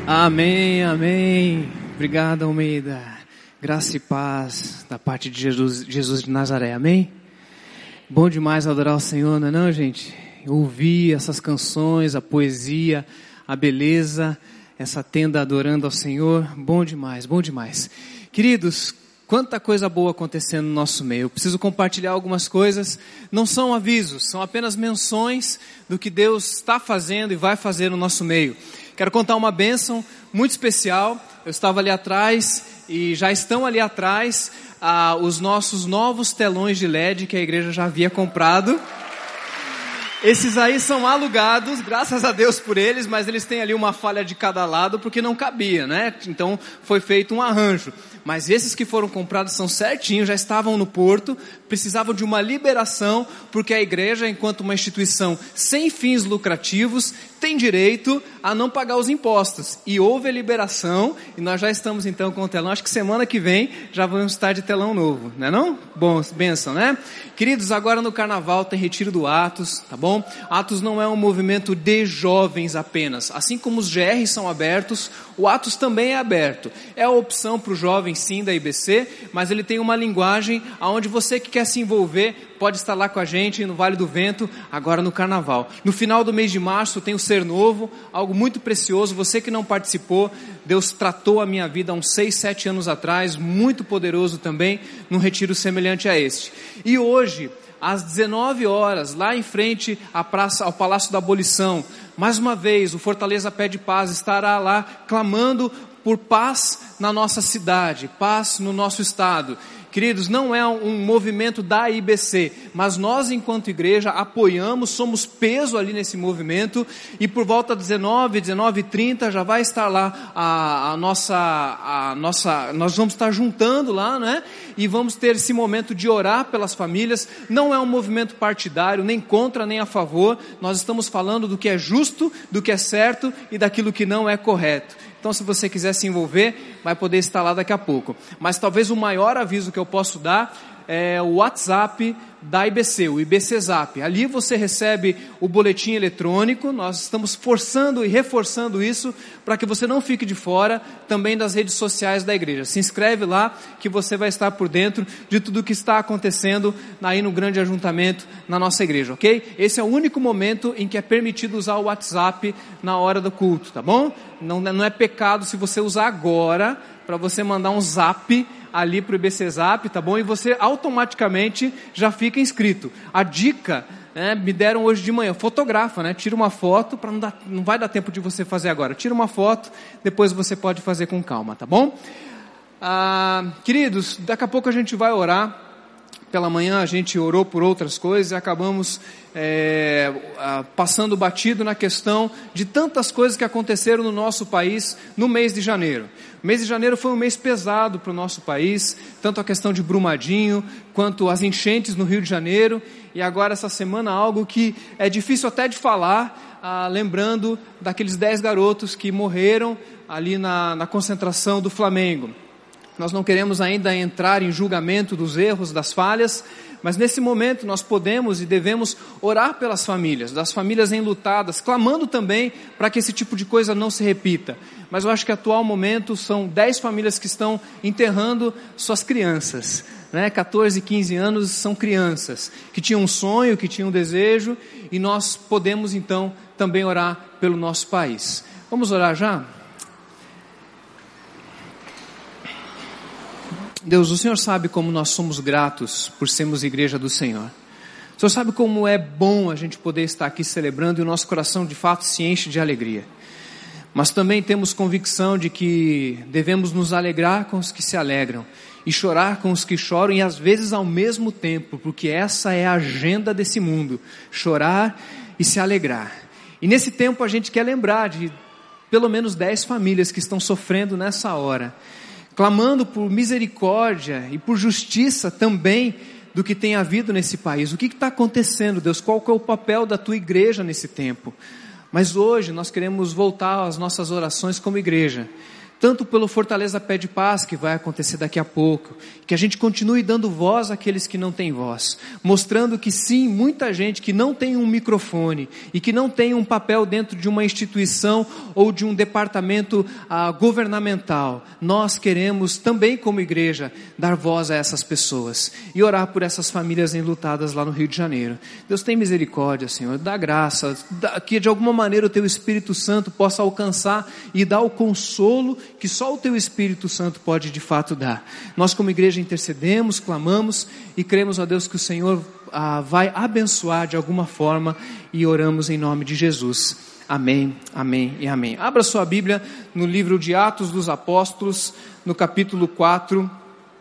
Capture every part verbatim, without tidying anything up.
Amém, amém. Obrigado, Almeida. Graça e paz da parte de Jesus, Jesus de Nazaré, amém? Bom demais adorar o Senhor, não é não, gente? Ouvir essas canções, a poesia, a beleza, essa tenda adorando ao Senhor, bom demais, bom demais. Queridos, quanta coisa boa acontecendo no nosso meio. Eu preciso compartilhar algumas coisas, não são avisos, são apenas menções do que Deus está fazendo e vai fazer no nosso meio. Quero contar uma bênção muito especial. Eu estava ali atrás e já estão ali atrás ah, os nossos novos telões de L E D que a igreja já havia comprado. Esses aí são alugados, graças a Deus por eles, mas eles têm ali uma falha de cada lado porque não cabia, né? Então foi feito um arranjo. Mas esses que foram comprados são certinhos, já estavam no porto, precisavam de uma liberação, porque a igreja, enquanto uma instituição sem fins lucrativos, tem direito a não pagar os impostos. E houve a liberação, e nós já estamos então com o telão. Acho que semana que vem já vamos estar de telão novo, não é não? Bom, bênção, né? Queridos, agora no carnaval tem retiro do Atos, tá bom? Atos não é um movimento de jovens apenas. Assim como os G Rs são abertos, o Atos também é aberto. É a opção para o jovem sim da I B C, mas ele tem uma linguagem onde você que quer se envolver pode estar lá com a gente no Vale do Vento, agora no Carnaval. No final do mês de março tem o Ser Novo, algo muito precioso. Você que não participou, Deus tratou a minha vida há uns seis, sete anos atrás, muito poderoso também, num retiro semelhante a este. E hoje, às dezenove horas, lá em frente à praça, ao Palácio da Abolição, mais uma vez, o Fortaleza Pede Paz estará lá clamando por paz na nossa cidade, paz no nosso estado. Queridos, não é um movimento da I B C, mas nós enquanto igreja apoiamos, somos peso ali nesse movimento, e por volta de dezenove, dezenove e trinta já vai estar lá a, a, nossa, a nossa, nós vamos estar juntando lá, né? E vamos ter esse momento de orar pelas famílias. Não é um movimento partidário, nem contra, nem a favor. Nós estamos falando do que é justo, do que é certo e daquilo que não é correto. Então, se você quiser se envolver, vai poder estar lá daqui a pouco. Mas talvez o maior aviso que eu posso dar é o WhatsApp da I B C, o I B C Zap. Ali você recebe o boletim eletrônico. Nós estamos forçando e reforçando isso para que você não fique de fora também das redes sociais da igreja. Se inscreve lá que você vai estar por dentro de tudo o que está acontecendo aí no grande ajuntamento na nossa igreja, ok? Esse é o único momento em que é permitido usar o WhatsApp na hora do culto, tá bom? Não, não é pecado se você usar agora para você mandar um zap ali para o I B C Zap, tá bom? E você automaticamente já fica inscrito. A dica, né, me deram hoje de manhã, fotografa, né? Tira uma foto, para não dar, não vai dar tempo de você fazer agora. Tira uma foto, depois você pode fazer com calma, tá bom? Ah, queridos, daqui a pouco a gente vai orar. Pela manhã a gente orou por outras coisas e acabamos é, passando batido na questão de tantas coisas que aconteceram no nosso país no mês de janeiro. O mês de janeiro foi um mês pesado para o nosso país, tanto a questão de Brumadinho, quanto as enchentes no Rio de Janeiro, e agora essa semana algo que é difícil até de falar, ah, lembrando daqueles dez garotos que morreram ali na, na concentração do Flamengo. Nós não queremos ainda entrar em julgamento dos erros, das falhas, mas nesse momento nós podemos e devemos orar pelas famílias, das famílias enlutadas, clamando também para que esse tipo de coisa não se repita. Mas eu acho que atual momento são dez famílias que estão enterrando suas crianças, né? catorze, quinze anos são crianças, que tinham um sonho, que tinham um desejo, e nós podemos então também orar pelo nosso país. Vamos orar já? Deus, o Senhor sabe como nós somos gratos por sermos igreja do Senhor. O Senhor sabe como é bom a gente poder estar aqui celebrando e o nosso coração de fato se enche de alegria. Mas também temos convicção de que devemos nos alegrar com os que se alegram e chorar com os que choram, e às vezes ao mesmo tempo, porque essa é a agenda desse mundo, chorar e se alegrar. E nesse tempo a gente quer lembrar de pelo menos dez famílias que estão sofrendo nessa hora, clamando por misericórdia e por justiça também do que tem havido nesse país. O que está acontecendo, Deus? Qual que é o papel da tua igreja nesse tempo? Mas hoje nós queremos voltar às nossas orações como igreja, tanto pelo Fortaleza Pé de Paz, que vai acontecer daqui a pouco, que a gente continue dando voz àqueles que não têm voz, mostrando que sim, muita gente que não tem um microfone e que não tem um papel dentro de uma instituição ou de um departamento ah, governamental, nós queremos também como igreja dar voz a essas pessoas e orar por essas famílias enlutadas lá no Rio de Janeiro. Deus tem misericórdia, Senhor, dá graça, dá, que de alguma maneira o Teu Espírito Santo possa alcançar e dar o consolo que só o Teu Espírito Santo pode de fato dar. Nós como igreja intercedemos, clamamos e cremos a Deus que o Senhor ah, vai abençoar de alguma forma e oramos em nome de Jesus. Amém, amém e amém. Abra sua Bíblia no livro de Atos dos Apóstolos, no capítulo quatro.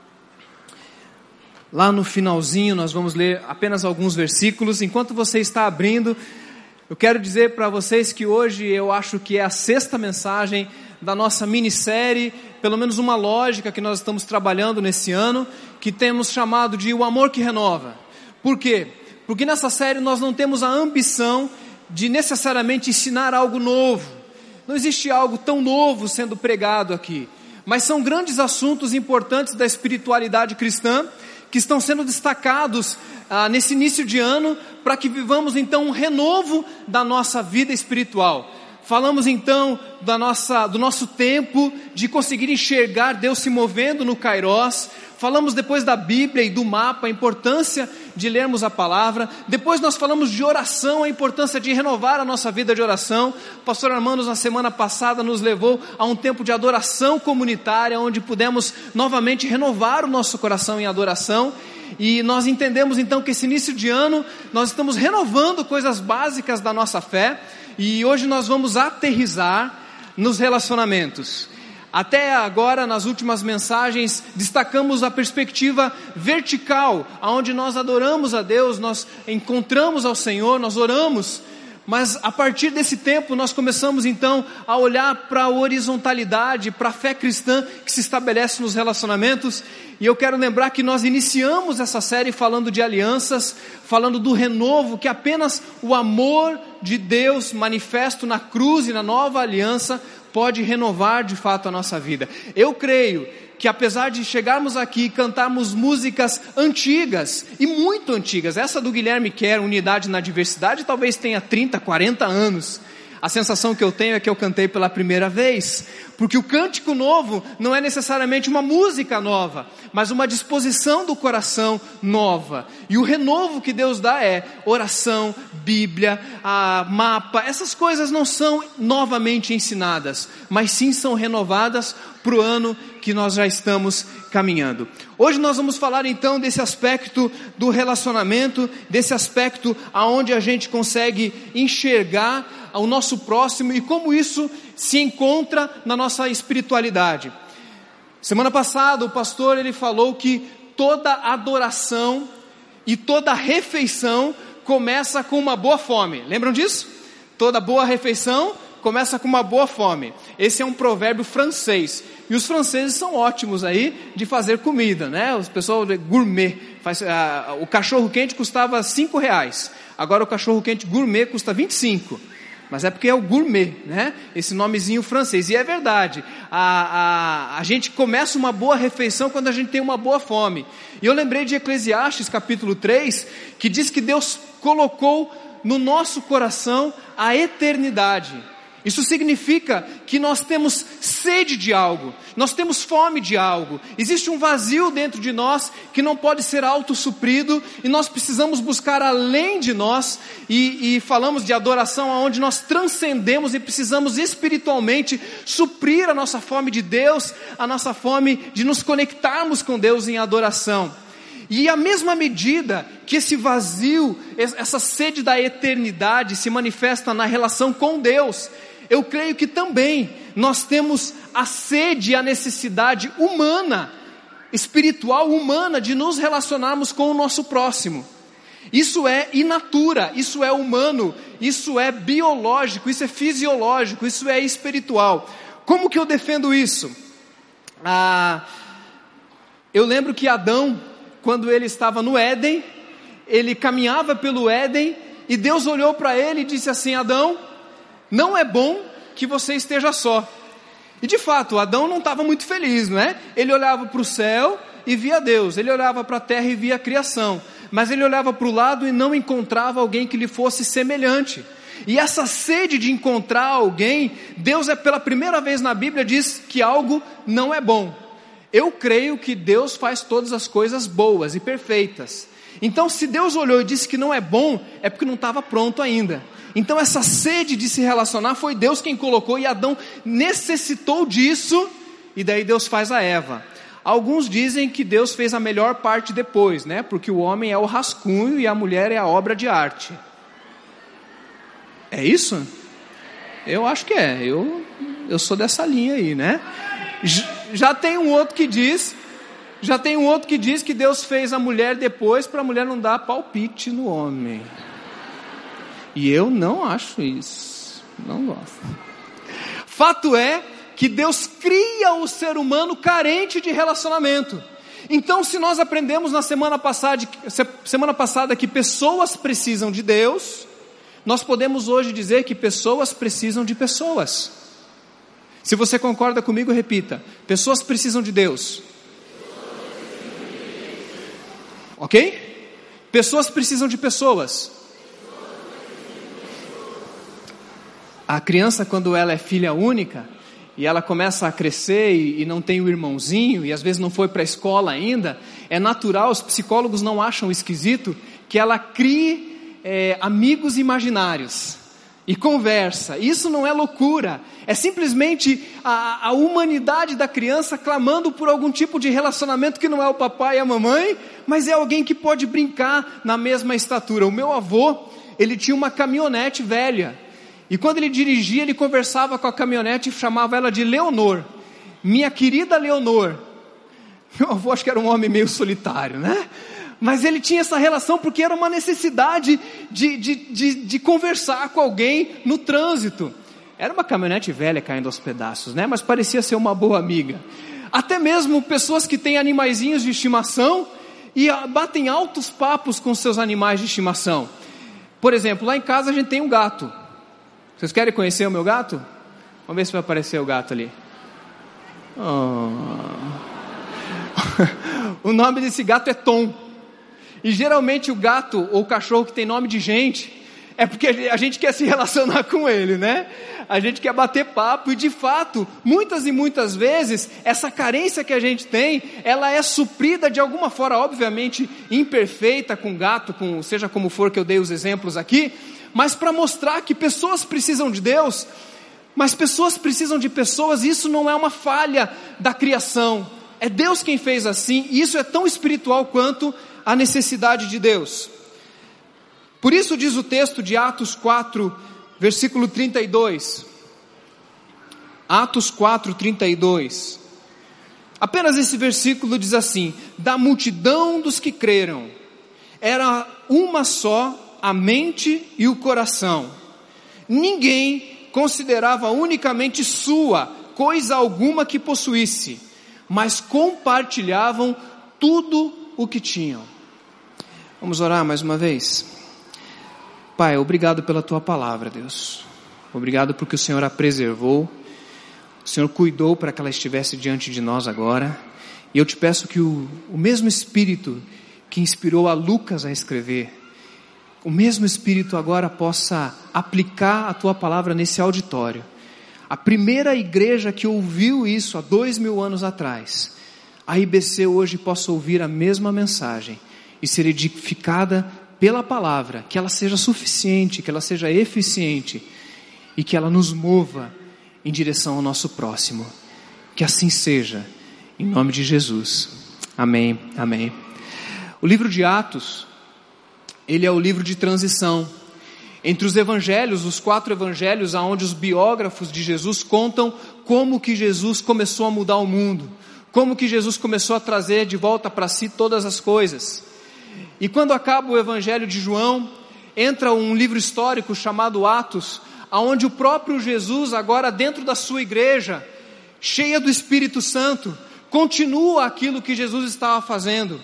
Lá no finalzinho nós vamos ler apenas alguns versículos. Enquanto você está abrindo, eu quero dizer para vocês que hoje eu acho que é a sexta mensagem da nossa minissérie, pelo menos uma lógica que nós estamos trabalhando nesse ano, que temos chamado de O Amor que Renova. Por quê? Porque nessa série nós não temos a ambição de necessariamente ensinar algo novo. Não existe algo tão novo sendo pregado aqui, mas são grandes assuntos importantes da espiritualidade cristã, que estão sendo destacados ah, nesse início de ano, para que vivamos então um renovo da nossa vida espiritual. Falamos então da nossa, do nosso tempo, de conseguir enxergar Deus se movendo no Kairos. Falamos depois da Bíblia e do mapa, a importância de lermos a palavra. Depois nós falamos de oração, a importância de renovar a nossa vida de oração. O pastor Armando na semana passada nos levou a um tempo de adoração comunitária, onde pudemos novamente renovar o nosso coração em adoração. E nós entendemos então que esse início de ano, nós estamos renovando coisas básicas da nossa fé. E hoje nós vamos aterrissar nos relacionamentos. Até agora, nas últimas mensagens, destacamos a perspectiva vertical, onde nós adoramos a Deus, nós encontramos ao Senhor, nós oramos. Mas a partir desse tempo nós começamos então a olhar para a horizontalidade, para a fé cristã que se estabelece nos relacionamentos. E eu quero lembrar que nós iniciamos essa série falando de alianças, falando do renovo, que apenas o amor de Deus manifesto na cruz e na nova aliança pode renovar de fato a nossa vida. Eu creio que apesar de chegarmos aqui e cantarmos músicas antigas, e muito antigas, essa do Guilherme Kerr, Unidade na Diversidade, talvez tenha trinta, quarenta anos, a sensação que eu tenho é que eu cantei pela primeira vez, porque o cântico novo não é necessariamente uma música nova, mas uma disposição do coração nova, e o renovo que Deus dá é oração, Bíblia, a mapa, essas coisas não são novamente ensinadas, mas sim são renovadas para o ano que nós já estamos caminhando. Hoje nós vamos falar então desse aspecto do relacionamento, desse aspecto aonde a gente consegue enxergar o nosso próximo e como isso se encontra na nossa espiritualidade. Semana passada o pastor ele falou que toda adoração e toda refeição começa com uma boa fome. Lembram disso? Toda boa refeição começa com uma boa fome. Esse é um provérbio francês. E os franceses são ótimos aí de fazer comida, né? Os pessoal gourmet. Faz, ah, o cachorro quente custava cinco reais. Agora o cachorro quente gourmet custa vinte e cinco. Mas é porque é o gourmet, né? Esse nomezinho francês. E é verdade. A, a, a gente começa uma boa refeição quando a gente tem uma boa fome. E eu lembrei de Eclesiastes capítulo três, que diz que Deus colocou no nosso coração a eternidade. Isso significa que nós temos sede de algo, nós temos fome de algo, existe um vazio dentro de nós que não pode ser autossuprido e nós precisamos buscar além de nós e, e falamos de adoração onde nós transcendemos e precisamos espiritualmente suprir a nossa fome de Deus, a nossa fome de nos conectarmos com Deus em adoração. E à mesma medida que esse vazio, essa sede da eternidade se manifesta na relação com Deus, eu creio que também nós temos a sede e a necessidade humana, espiritual humana, de nos relacionarmos com o nosso próximo. Isso é in natura, isso é humano, isso é biológico, isso é fisiológico, isso é espiritual. Como que eu defendo isso? Ah, eu lembro que Adão, quando ele estava no Éden, ele caminhava pelo Éden e Deus olhou para ele e disse assim: Adão, não é bom que você esteja só. E de fato, Adão não estava muito feliz, não é? Ele olhava para o céu e via Deus, ele olhava para a terra e via a criação, mas ele olhava para o lado e não encontrava alguém que lhe fosse semelhante. E essa sede de encontrar alguém, Deus é pela primeira vez na Bíblia diz que algo não é bom. Eu creio que Deus faz todas as coisas boas e perfeitas. Então se Deus olhou e disse que não é bom, é porque não estava pronto ainda. Então essa sede de se relacionar foi Deus quem colocou, e Adão necessitou disso, e daí Deus faz a Eva. Alguns dizem que Deus fez a melhor parte depois, né? Porque o homem é o rascunho e a mulher é a obra de arte. É isso? Eu acho que é, eu, eu sou dessa linha aí, né? Já tem um outro que diz, já tem um outro que diz que Deus fez a mulher depois para a mulher não dar palpite no homem. E eu não acho isso, não gosto. Fato é que Deus cria o ser humano carente de relacionamento. Então, se nós aprendemos na semana passada, semana passada que pessoas precisam de Deus, nós podemos hoje dizer que pessoas precisam de pessoas. Se você concorda comigo, repita: pessoas precisam de Deus. Ok? Pessoas precisam de pessoas. A criança, quando ela é filha única, e ela começa a crescer e, e não tem o irmãozinho, e às vezes não foi para a escola ainda, é natural, os psicólogos não acham esquisito, que ela crie é, amigos imaginários, e conversa. Isso não é loucura, é simplesmente a, a humanidade da criança clamando por algum tipo de relacionamento que não é o papai e a mamãe, mas é alguém que pode brincar na mesma estatura. O meu avô, ele tinha uma caminhonete velha, e quando ele dirigia, ele conversava com a caminhonete e chamava ela de Leonor, minha querida Leonor. Meu avô acho que era um homem meio solitário, né? Mas ele tinha essa relação porque era uma necessidade de, de, de, de conversar com alguém no trânsito. Era uma caminhonete velha caindo aos pedaços, né? Mas parecia ser uma boa amiga. Até mesmo pessoas que têm animaizinhos de estimação e batem altos papos com seus animais de estimação. Por exemplo, lá em casa a gente tem um gato. Vocês querem conhecer o meu gato? Vamos ver se vai aparecer o gato ali. Oh. O nome desse gato é Tom. E geralmente o gato ou o cachorro que tem nome de gente, é porque a gente quer se relacionar com ele, né? A gente quer bater papo, e de fato, muitas e muitas vezes, essa carência que a gente tem, ela é suprida de alguma forma, obviamente imperfeita, com gato, com, seja como for que eu dei os exemplos aqui, mas para mostrar que pessoas precisam de Deus, mas pessoas precisam de pessoas, e isso não é uma falha da criação, é Deus quem fez assim, e isso é tão espiritual quanto a necessidade de Deus. Por isso diz o texto de Atos quatro, versículo trinta e dois, Atos quatro, trinta e dois, apenas esse versículo diz assim: da multidão dos que creram, era uma só a mente e o coração, ninguém considerava unicamente sua coisa alguma que possuísse, mas compartilhavam tudo o que tinham. Vamos orar mais uma vez. Pai, obrigado pela tua palavra, Deus. Obrigado porque o Senhor a preservou, o Senhor cuidou para que ela estivesse diante de nós agora, e eu te peço que o, o mesmo Espírito que inspirou a Lucas a escrever, o mesmo Espírito agora possa aplicar a tua palavra nesse auditório. A primeira igreja que ouviu isso há dois mil anos atrás, a I B C hoje possa ouvir a mesma mensagem e ser edificada pela palavra, que ela seja suficiente, que ela seja eficiente e que ela nos mova em direção ao nosso próximo. Que assim seja, em nome de Jesus. Amém, amém. O livro de Atos, ele é o livro de transição entre os evangelhos, os quatro evangelhos, onde os biógrafos de Jesus contam como que Jesus começou a mudar o mundo, como que Jesus começou a trazer de volta para si todas as coisas. E quando acaba o evangelho de João, entra um livro histórico chamado Atos, onde o próprio Jesus, agora dentro da sua igreja, cheia do Espírito Santo, continua aquilo que Jesus estava fazendo.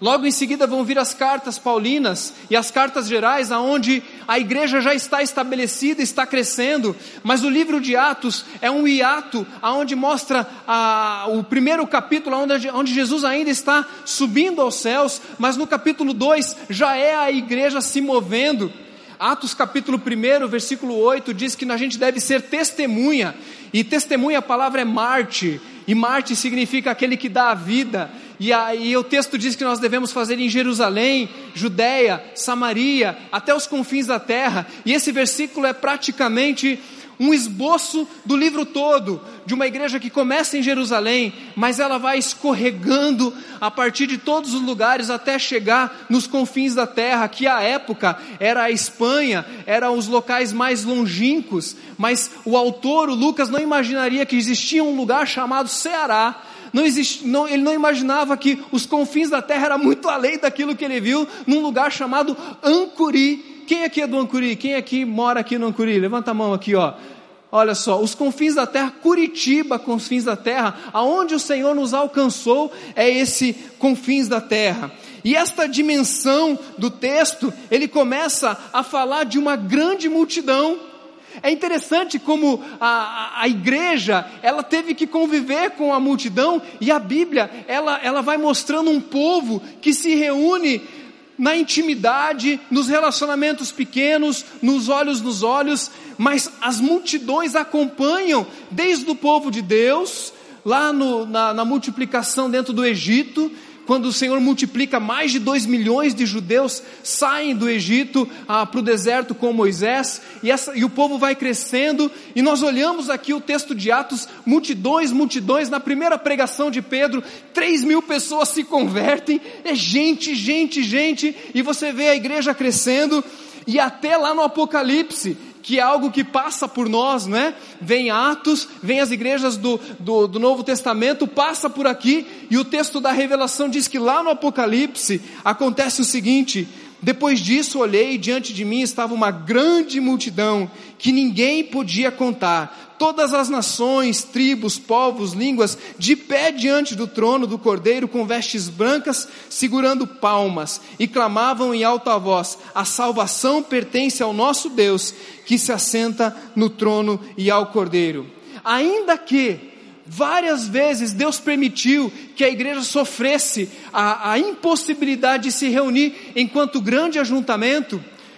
Logo em seguida vão vir as cartas paulinas e as cartas gerais, aonde a igreja já está estabelecida, está crescendo, mas o livro de Atos é um hiato, aonde mostra a, o primeiro capítulo, onde, onde Jesus ainda está subindo aos céus, mas no capítulo dois já é a igreja se movendo. Atos capítulo um, versículo oito, diz que a gente deve ser testemunha, e testemunha, a palavra é mártir, e mártir significa aquele que dá a vida, e, a, e o texto diz que nós devemos fazer em Jerusalém, Judeia, Samaria, até os confins da terra, e esse versículo é praticamente um esboço do livro todo, de uma igreja que começa em Jerusalém, mas ela vai escorregando a partir de todos os lugares até chegar nos confins da terra, que à época era a Espanha, eram os locais mais longínquos, mas o autor, o Lucas, não imaginaria que existia um lugar chamado Ceará. Não existe, não, ele não imaginava que os confins da terra eram muito além daquilo que ele viu, num lugar chamado Ancuri. Quem aqui é do Ancuri? Quem aqui mora aqui no Ancuri? Levanta a mão aqui, ó. Olha só, os confins da terra, Curitiba, confins da terra, aonde o Senhor nos alcançou, é esse confins da terra. E esta dimensão do texto, ele começa a falar de uma grande multidão. É interessante como a, a, a igreja, ela teve que conviver com a multidão, e a Bíblia, ela, ela vai mostrando um povo que se reúne na intimidade, nos relacionamentos pequenos, nos olhos nos olhos, mas as multidões acompanham, desde o povo de Deus, lá no, na, na multiplicação dentro do Egito, quando o Senhor multiplica, mais de dois milhões de judeus saem do Egito ah, para o deserto com Moisés, e, essa, e o povo vai crescendo, e nós olhamos aqui o texto de Atos, multidões, multidões, na primeira pregação de Pedro, três mil pessoas se convertem, é gente, gente, gente, e você vê a igreja crescendo, e até lá no Apocalipse, que é algo que passa por nós, né? Vem Atos, vem as igrejas do, do, do Novo Testamento, passa por aqui, e o texto da Revelação diz que lá no Apocalipse acontece o seguinte: depois disso olhei, e diante de mim estava uma grande multidão, que ninguém podia contar, todas as nações, tribos, povos, línguas, de pé diante do trono do Cordeiro, com vestes brancas, segurando palmas, e clamavam em alta voz: a salvação pertence ao nosso Deus, que se assenta no trono, e ao Cordeiro. Ainda que várias vezes Deus permitiu que a igreja sofresse a, a impossibilidade de se reunir enquanto grande ajuntamento,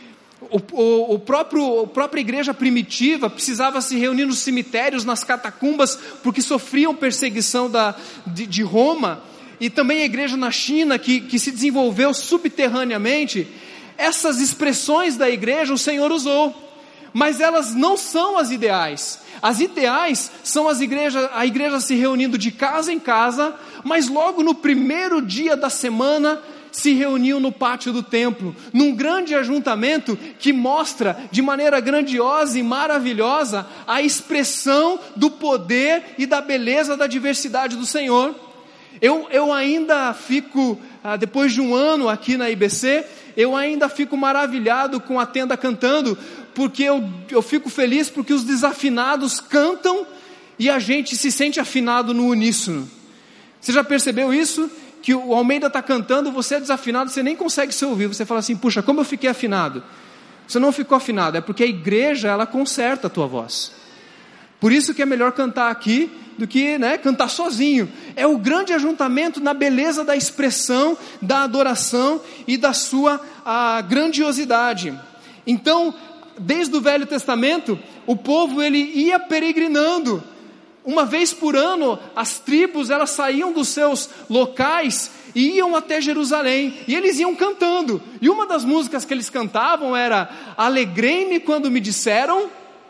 o, o, o próprio, a própria igreja primitiva precisava se reunir nos cemitérios, nas catacumbas, porque sofriam perseguição da, de, de Roma, e também a igreja na China, que, que se desenvolveu subterraneamente. Essas expressões da igreja o Senhor usou, mas elas não são as ideais. As ideais são as igrejas, a igreja se reunindo de casa em casa, mas logo no primeiro dia da semana se reuniam no pátio do templo, num grande ajuntamento que mostra de maneira grandiosa e maravilhosa a expressão do poder e da beleza da diversidade do Senhor. Eu, eu ainda fico, ah, depois de um ano aqui na I B C, eu ainda fico maravilhado com a tenda cantando, porque eu, eu fico feliz porque os desafinados cantam e a gente se sente afinado no uníssono. Você já percebeu isso? Que o Almeida está cantando, você é desafinado, você nem consegue se ouvir, você fala assim: puxa, como eu fiquei afinado? Você não ficou afinado, é porque a igreja, ela conserta a tua voz. Por isso que é melhor cantar aqui do que, né, cantar sozinho. É o grande ajuntamento na beleza da expressão, da adoração e da sua a, grandiosidade. Então, desde o Velho Testamento, o povo ele ia peregrinando. Uma vez por ano, as tribos elas saíam dos seus locais e iam até Jerusalém, e eles iam cantando, e uma das músicas que eles cantavam era: alegrei-me quando me disseram,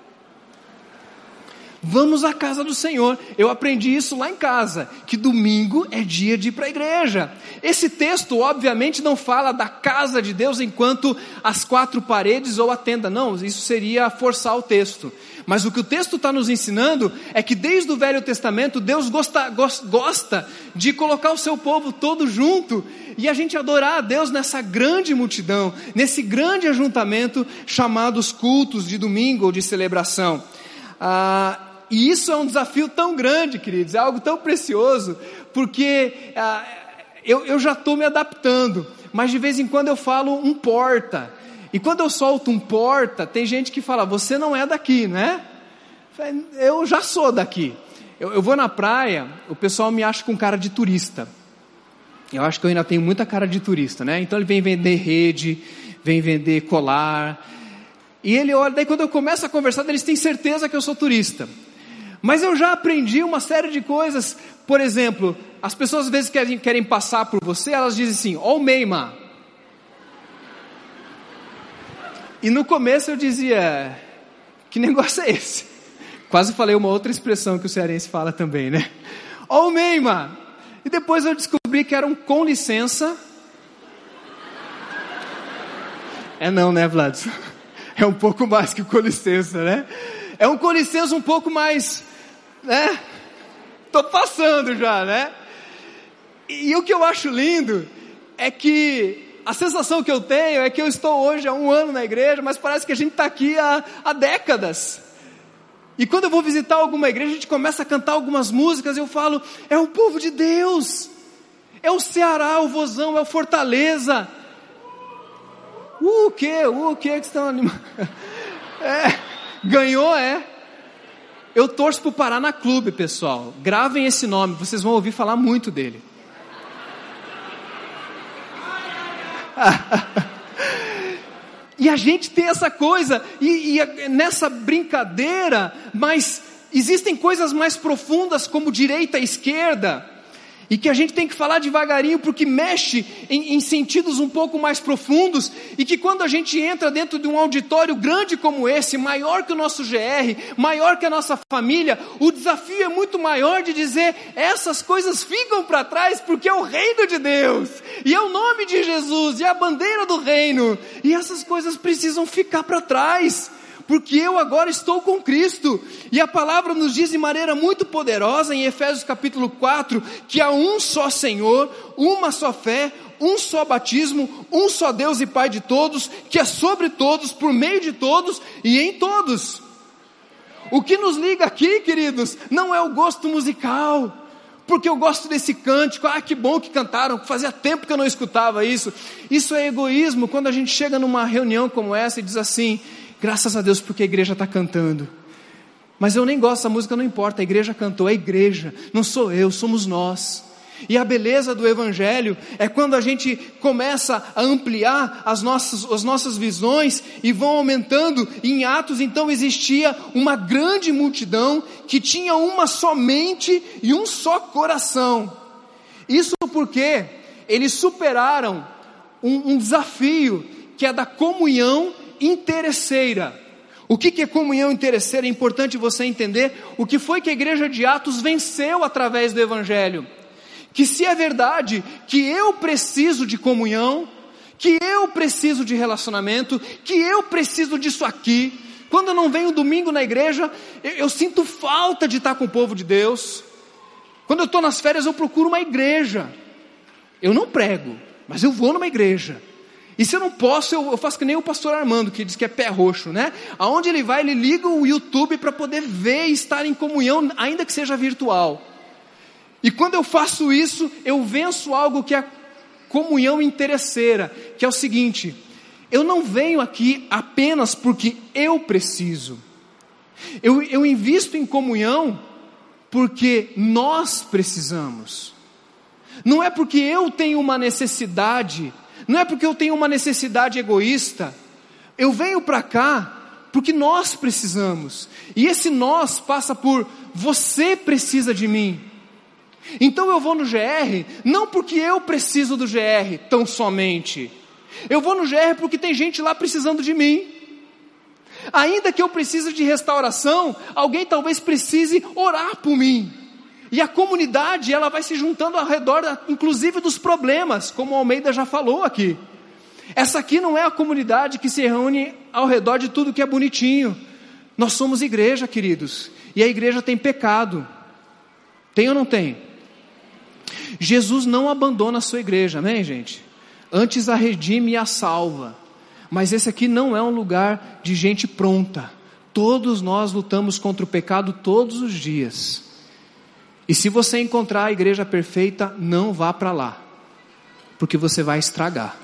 vamos à casa do Senhor. Eu aprendi isso lá em casa, que domingo é dia de ir para a igreja. Esse texto obviamente não fala da casa de Deus enquanto as quatro paredes ou a tenda, não, isso seria forçar o texto. Mas o que o texto está nos ensinando é que desde o Velho Testamento Deus gosta, gosta de colocar o seu povo todo junto e a gente adorar a Deus nessa grande multidão, nesse grande ajuntamento chamado os cultos de domingo ou de celebração. Ah, e isso é um desafio tão grande, queridos, é algo tão precioso, porque ah, eu, eu já estou me adaptando, mas de vez em quando eu falo um porta, e quando eu solto um porta, tem gente que fala, você não é daqui, né? Eu já sou daqui. Eu, eu vou na praia, o pessoal me acha com cara de turista. Eu acho que eu ainda tenho muita cara de turista, né? Então ele vem vender rede, vem vender colar, e ele olha, daí quando eu começo a conversar, eles têm certeza que eu sou turista. Mas eu já aprendi uma série de coisas. Por exemplo, as pessoas às vezes querem, querem passar por você, elas dizem assim, ó o Meima. E no começo eu dizia, que negócio é esse? Quase falei uma outra expressão que o cearense fala também, né? Ó o Meima. E depois eu descobri que era um com licença. É não, né, Vladson? É um pouco mais que com licença, né? É um com licença um pouco mais, né? Tô passando já, né? E, e o que eu acho lindo é que a sensação que eu tenho é que eu estou hoje há um ano na igreja, mas parece que a gente está aqui há, há décadas. E quando eu vou visitar alguma igreja, a gente começa a cantar algumas músicas, eu falo, é o povo de Deus, é o Ceará, o Vozão, é o Fortaleza. Uh, o que? Uh, o que que estão animando? É, ganhou, é. Eu torço para o Paraná Clube, pessoal. Gravem esse nome, vocês vão ouvir falar muito dele. E a gente tem essa coisa, e, e nessa brincadeira, mas existem coisas mais profundas como direita e esquerda, e que a gente tem que falar devagarinho, porque mexe em, em sentidos um pouco mais profundos, e que quando a gente entra dentro de um auditório grande como esse, maior que o nosso G R, maior que a nossa família, o desafio é muito maior de dizer, essas coisas ficam para trás, porque é o reino de Deus, e é o nome de Jesus, e é a bandeira do reino, e essas coisas precisam ficar para trás, porque eu agora estou com Cristo, e a palavra nos diz de maneira muito poderosa, em Efésios capítulo quatro, que há um só Senhor, uma só fé, um só batismo, um só Deus e Pai de todos, que é sobre todos, por meio de todos e em todos. O que nos liga aqui, queridos, não é o gosto musical, porque eu gosto desse cântico, ah, que bom que cantaram, fazia tempo que eu não escutava isso. Isso é egoísmo, quando a gente chega numa reunião como essa e diz assim, graças a Deus porque a igreja está cantando, mas eu nem gosto dessa música, não importa, a igreja cantou, é a igreja, não sou eu, somos nós. E a beleza do evangelho é quando a gente começa a ampliar as nossas, as nossas visões e vão aumentando. Em Atos então existia uma grande multidão que tinha uma só mente e um só coração. Isso porque eles superaram um, um desafio que é da comunhão interesseira. O que é comunhão interesseira? É importante você entender o que foi que a igreja de Atos venceu através do evangelho. Que se é verdade que eu preciso de comunhão, que eu preciso de relacionamento, que eu preciso disso aqui, quando eu não venho domingo na igreja, eu, eu sinto falta de estar com o povo de Deus. Quando eu estou nas férias eu procuro uma igreja, eu não prego, mas eu vou numa igreja. E se eu não posso, eu, eu faço que nem o pastor Armando, que diz que é pé roxo, né? Aonde ele vai, ele liga o YouTube para poder ver e estar em comunhão, ainda que seja virtual. E quando eu faço isso, eu venço algo que é a comunhão interesseira, que é o seguinte, eu não venho aqui apenas porque eu preciso. Eu, eu invisto em comunhão porque nós precisamos. Não é porque eu tenho uma necessidade, não é porque eu tenho uma necessidade egoísta. Eu venho para cá porque nós precisamos. E esse nós passa por você precisa de mim. Então eu vou no G R, não porque eu preciso do G R tão somente. Eu vou no G R porque tem gente lá precisando de mim. Ainda que eu precise de restauração, alguém talvez precise orar por mim. E a comunidade, ela vai se juntando ao redor, inclusive dos problemas, como o Almeida já falou aqui. Essa aqui não é a comunidade que se reúne ao redor de tudo que é bonitinho. Nós somos igreja, queridos. E a igreja tem pecado. Tem ou não tem? Jesus não abandona a sua igreja, amém, gente? Antes a redime e a salva. Mas esse aqui não é um lugar de gente pronta. Todos nós lutamos contra o pecado todos os dias. E se você encontrar a igreja perfeita, não vá para lá. Porque você vai estragar.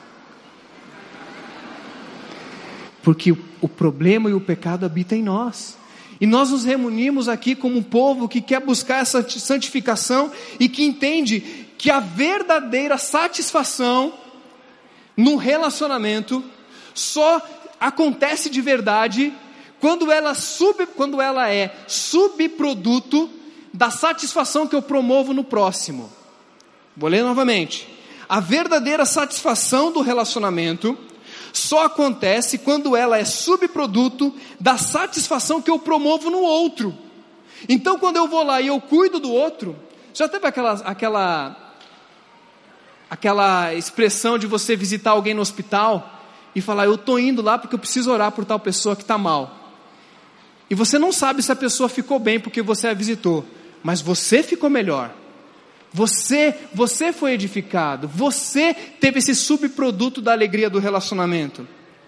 Porque o problema e o pecado habitam em nós. E nós nos reunimos aqui como um povo que quer buscar essa santificação e que entende que a verdadeira satisfação num relacionamento só acontece de verdade quando ela, sub, quando ela é subproduto da satisfação que eu promovo no próximo. Vou ler novamente. A verdadeira satisfação do relacionamento só acontece quando ela é subproduto da satisfação que eu promovo no outro. Então, quando eu vou lá e eu cuido do outro, já teve aquela, aquela, aquela expressão de você visitar alguém no hospital e falar, eu estou indo lá porque eu preciso orar por tal pessoa que está mal. E você não sabe se a pessoa ficou bem porque você a visitou, mas você ficou melhor. Você, você foi edificado, você teve esse subproduto da alegria do relacionamento.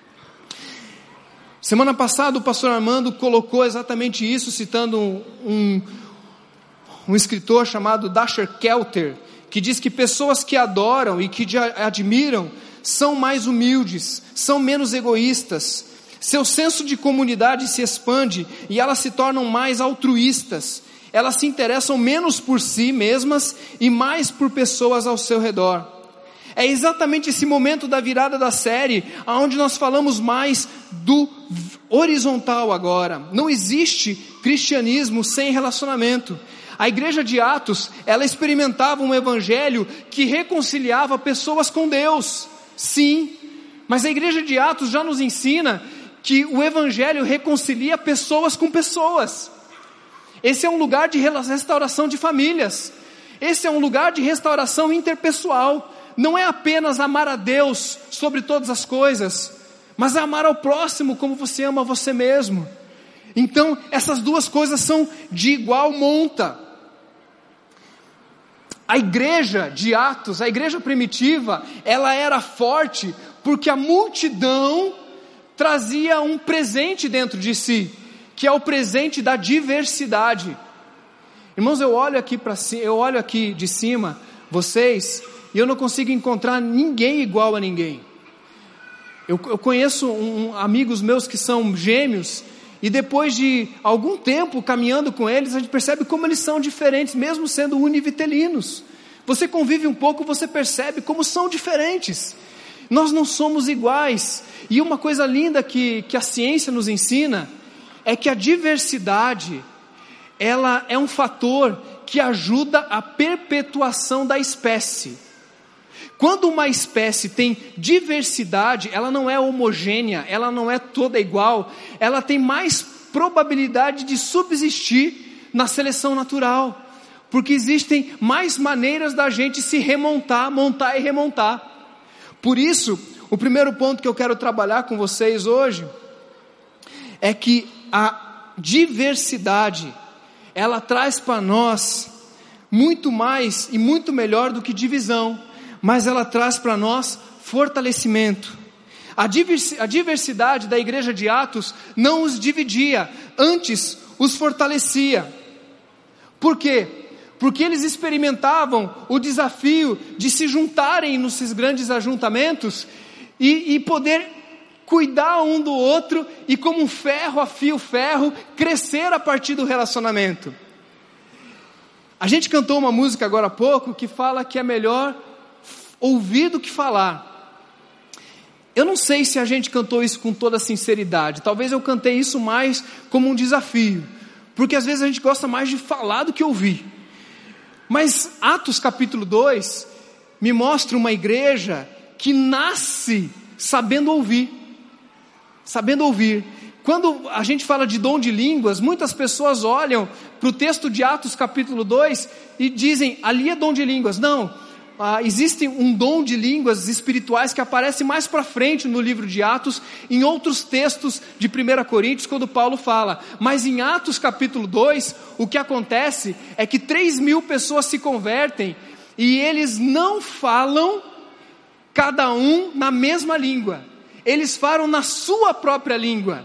Semana passada o pastor Armando colocou exatamente isso, citando um, um, um escritor chamado Dasher Kelter, que diz que pessoas que adoram e que admiram são mais humildes, são menos egoístas, seu senso de comunidade se expande e elas se tornam mais altruístas. Elas se interessam menos por si mesmas e mais por pessoas ao seu redor. É exatamente esse momento da virada da série, onde nós falamos mais do horizontal agora. Não existe cristianismo sem relacionamento. A igreja de Atos, ela experimentava um evangelho que reconciliava pessoas com Deus. Sim, mas a igreja de Atos já nos ensina que o evangelho reconcilia pessoas com pessoas. Esse é um lugar de restauração de famílias. Esse é um lugar de restauração interpessoal. Não é apenas amar a Deus sobre todas as coisas, mas é amar ao próximo como você ama você mesmo. Então, essas duas coisas são de igual monta. A igreja de Atos, a igreja primitiva, ela era forte porque a multidão trazia um presente dentro de si, que é o presente da diversidade. Irmãos, eu olho aqui para cima, eu olho aqui de cima, vocês, e eu não consigo encontrar ninguém igual a ninguém. Eu, eu conheço um, amigos meus que são gêmeos, e depois de algum tempo caminhando com eles, a gente percebe como eles são diferentes, mesmo sendo univitelinos. Você convive um pouco, você percebe como são diferentes. Nós não somos iguais. E uma coisa linda que, que a ciência nos ensina é que a diversidade, ela é um fator que ajuda a perpetuação da espécie. Quando uma espécie tem diversidade, ela não é homogênea, ela não é toda igual, ela tem mais probabilidade de subsistir na seleção natural, porque existem mais maneiras da gente se remontar, montar e remontar. Por isso, o primeiro ponto que eu quero trabalhar com vocês hoje é que a diversidade, ela traz para nós muito mais e muito melhor do que divisão, mas ela traz para nós fortalecimento. A diversidade da igreja de Atos não os dividia, antes os fortalecia. Por quê? Porque eles experimentavam o desafio de se juntarem nesses grandes ajuntamentos e, e poder cuidar um do outro e como um ferro afia o ferro, crescer a partir do relacionamento. A gente cantou uma música agora há pouco que fala que é melhor ouvir do que falar. Eu não sei se a gente cantou isso com toda sinceridade, talvez eu cantei isso mais como um desafio, porque às vezes a gente gosta mais de falar do que ouvir. Mas Atos capítulo dois me mostra uma igreja que nasce sabendo ouvir. Sabendo ouvir. Quando a gente fala de dom de línguas, muitas pessoas olham para o texto de Atos capítulo dois e dizem, ali é dom de línguas. Não, ah, existe um dom de línguas espirituais que aparece mais para frente no livro de Atos, em outros textos de primeira Coríntios, quando Paulo fala. Mas em Atos capítulo dois, o que acontece é que três mil pessoas se convertem e eles não falam cada um na mesma língua. Eles falam na sua própria língua.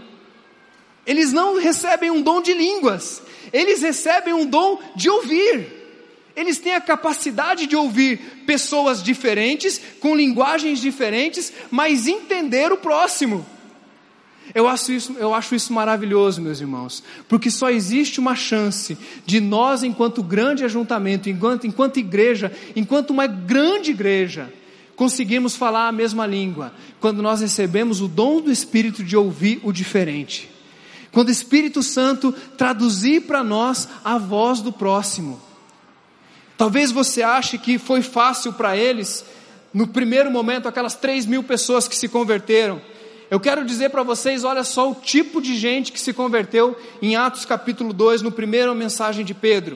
Eles não recebem um dom de línguas, eles recebem um dom de ouvir. eles têm a capacidade de ouvir pessoas diferentes, com linguagens diferentes, mas entender o próximo. Eu acho isso, eu acho isso maravilhoso, meus irmãos, porque só existe uma chance de nós, enquanto grande ajuntamento, enquanto, enquanto igreja, enquanto uma grande igreja, conseguirmos falar a mesma língua, quando nós recebemos o dom do Espírito de ouvir o diferente. Quando o Espírito Santo traduzir para nós a voz do próximo. Talvez você ache que foi fácil para eles, no primeiro momento, aquelas três mil pessoas que se converteram. Eu quero dizer para vocês, olha só o tipo de gente que se converteu em Atos capítulo dois, no primeiro mensagem de Pedro.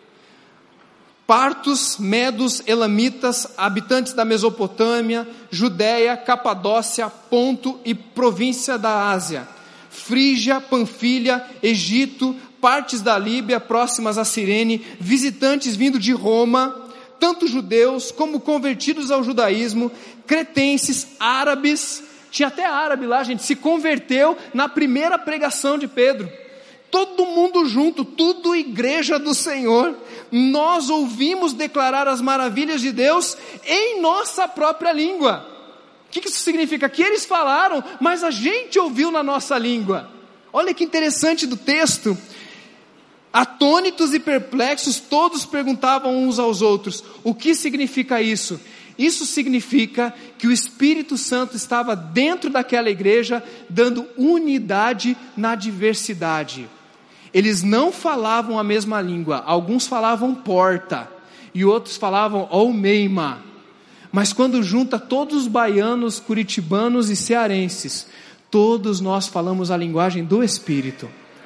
Partos, medos, elamitas, habitantes da Mesopotâmia, Judéia, Capadócia, Ponto e província da Ásia, Frígia, Panfilha, Egito, partes da Líbia próximas a Cirene, visitantes vindo de Roma, tanto judeus como convertidos ao judaísmo, cretenses, árabes. Tinha até árabe lá, gente, se converteu na primeira pregação de Pedro. Todo mundo junto, tudo igreja do Senhor. Nós ouvimos declarar as maravilhas de Deus em nossa própria língua. O que isso significa? Que eles falaram, mas a gente ouviu na nossa língua. Olha que interessante do texto. Atônitos e perplexos, todos perguntavam uns aos outros: o que significa isso? Isso significa que o Espírito Santo estava dentro daquela igreja, dando unidade na diversidade. Eles não falavam a mesma língua, alguns falavam porta, e outros falavam olmeima. Mas quando junta todos os baianos, curitibanos e cearenses, todos nós falamos a linguagem do Espírito.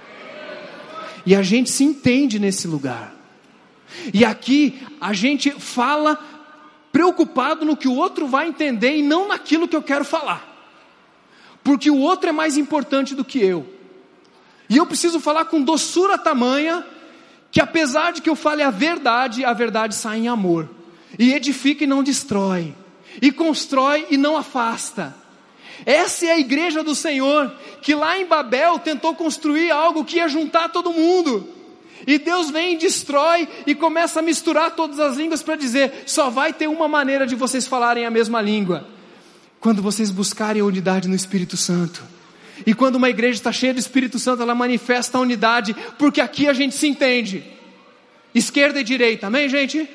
E a gente se entende nesse lugar. E aqui a gente fala preocupado no que o outro vai entender e não naquilo que eu quero falar. Porque o outro é mais importante do que eu. E eu preciso falar com doçura tamanha, que apesar de que eu fale a verdade, a verdade sai em amor. E edifica e não destrói. E constrói e não afasta. Essa é a igreja do Senhor, que lá em Babel tentou construir algo que ia juntar todo mundo. E Deus vem e destrói e começa a misturar todas as línguas para dizer: só vai ter uma maneira de vocês falarem a mesma língua, quando vocês buscarem a unidade no Espírito Santo. E quando uma igreja está cheia do Espírito Santo, ela manifesta a unidade, porque aqui a gente se entende. Esquerda e direita, amém, gente?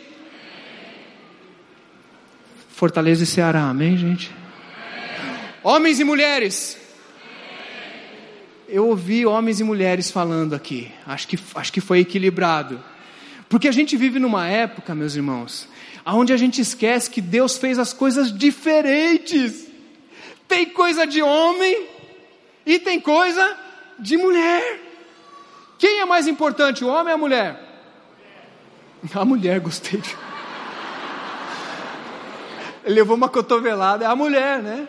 Fortaleza e Ceará, amém, gente? Homens e mulheres. Eu ouvi homens e mulheres falando aqui, acho que, acho que foi equilibrado, porque a gente vive numa época, meus irmãos, onde a gente esquece que Deus fez as coisas diferentes. Tem coisa de homem e tem coisa de mulher. Quem é mais importante, o homem ou a mulher? A mulher, gostei de... Ele levou uma cotovelada, é a mulher, né?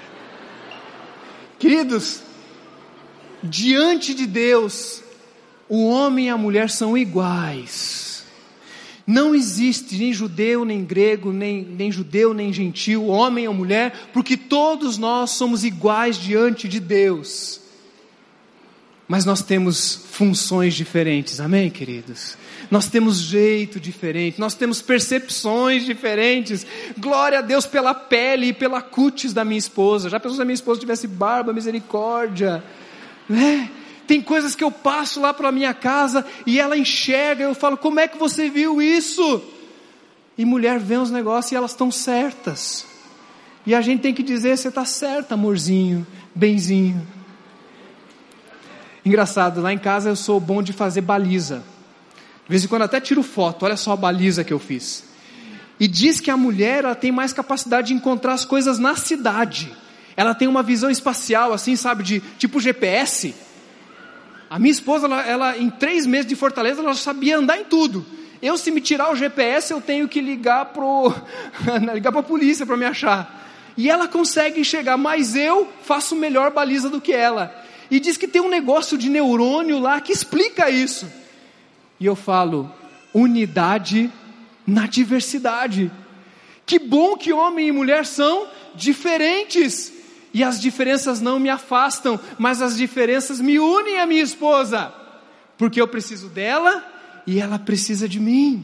Queridos, diante de Deus, o homem e a mulher são iguais. Não existe nem judeu, nem grego, nem, nem judeu, nem gentil, homem ou mulher, porque todos nós somos iguais diante de Deus. Mas nós temos funções diferentes, amém, queridos? Nós temos jeito diferente, nós temos percepções diferentes. Glória a Deus pela pele e pela cutis da minha esposa. Já pensou se a minha esposa tivesse barba, misericórdia, né? Tem coisas que eu passo lá para minha casa e ela enxerga, eu falo: como é que você viu isso? E mulher vê os negócios e elas estão certas. E a gente tem que dizer: você está certa, amorzinho, benzinho. Engraçado, lá em casa eu sou bom de fazer baliza. De vez em quando até tiro foto, olha só a baliza que eu fiz. E diz que a mulher, ela tem mais capacidade de encontrar as coisas na cidade. Ela tem uma visão espacial, assim, sabe, de tipo G P S. A minha esposa, ela, ela em três meses de Fortaleza, ela sabia andar em tudo. Eu, se me tirar o G P S, eu tenho que ligar pro, ligar para a polícia para me achar. E ela consegue enxergar, mas eu faço melhor baliza do que ela. E diz que tem um negócio de neurônio lá que explica isso. E eu falo: unidade na diversidade. Que bom que homem e mulher são diferentes. E as diferenças não me afastam, mas as diferenças me unem à minha esposa. Porque eu preciso dela e ela precisa de mim.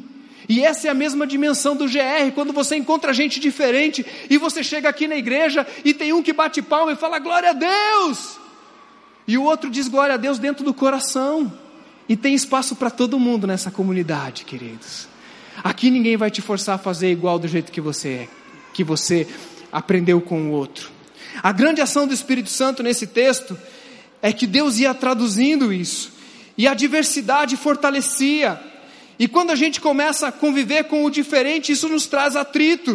E essa é a mesma dimensão do G R, quando você encontra gente diferente, e você chega aqui na igreja, e tem um que bate palma e fala glória a Deus, e o outro diz glória a Deus dentro do coração, e tem espaço para todo mundo nessa comunidade, queridos. Aqui ninguém vai te forçar a fazer igual do jeito que você é, que você aprendeu com o outro. A grande ação do Espírito Santo nesse texto, é que Deus ia traduzindo isso, e a diversidade fortalecia, e quando a gente começa a conviver com o diferente, isso nos traz atrito.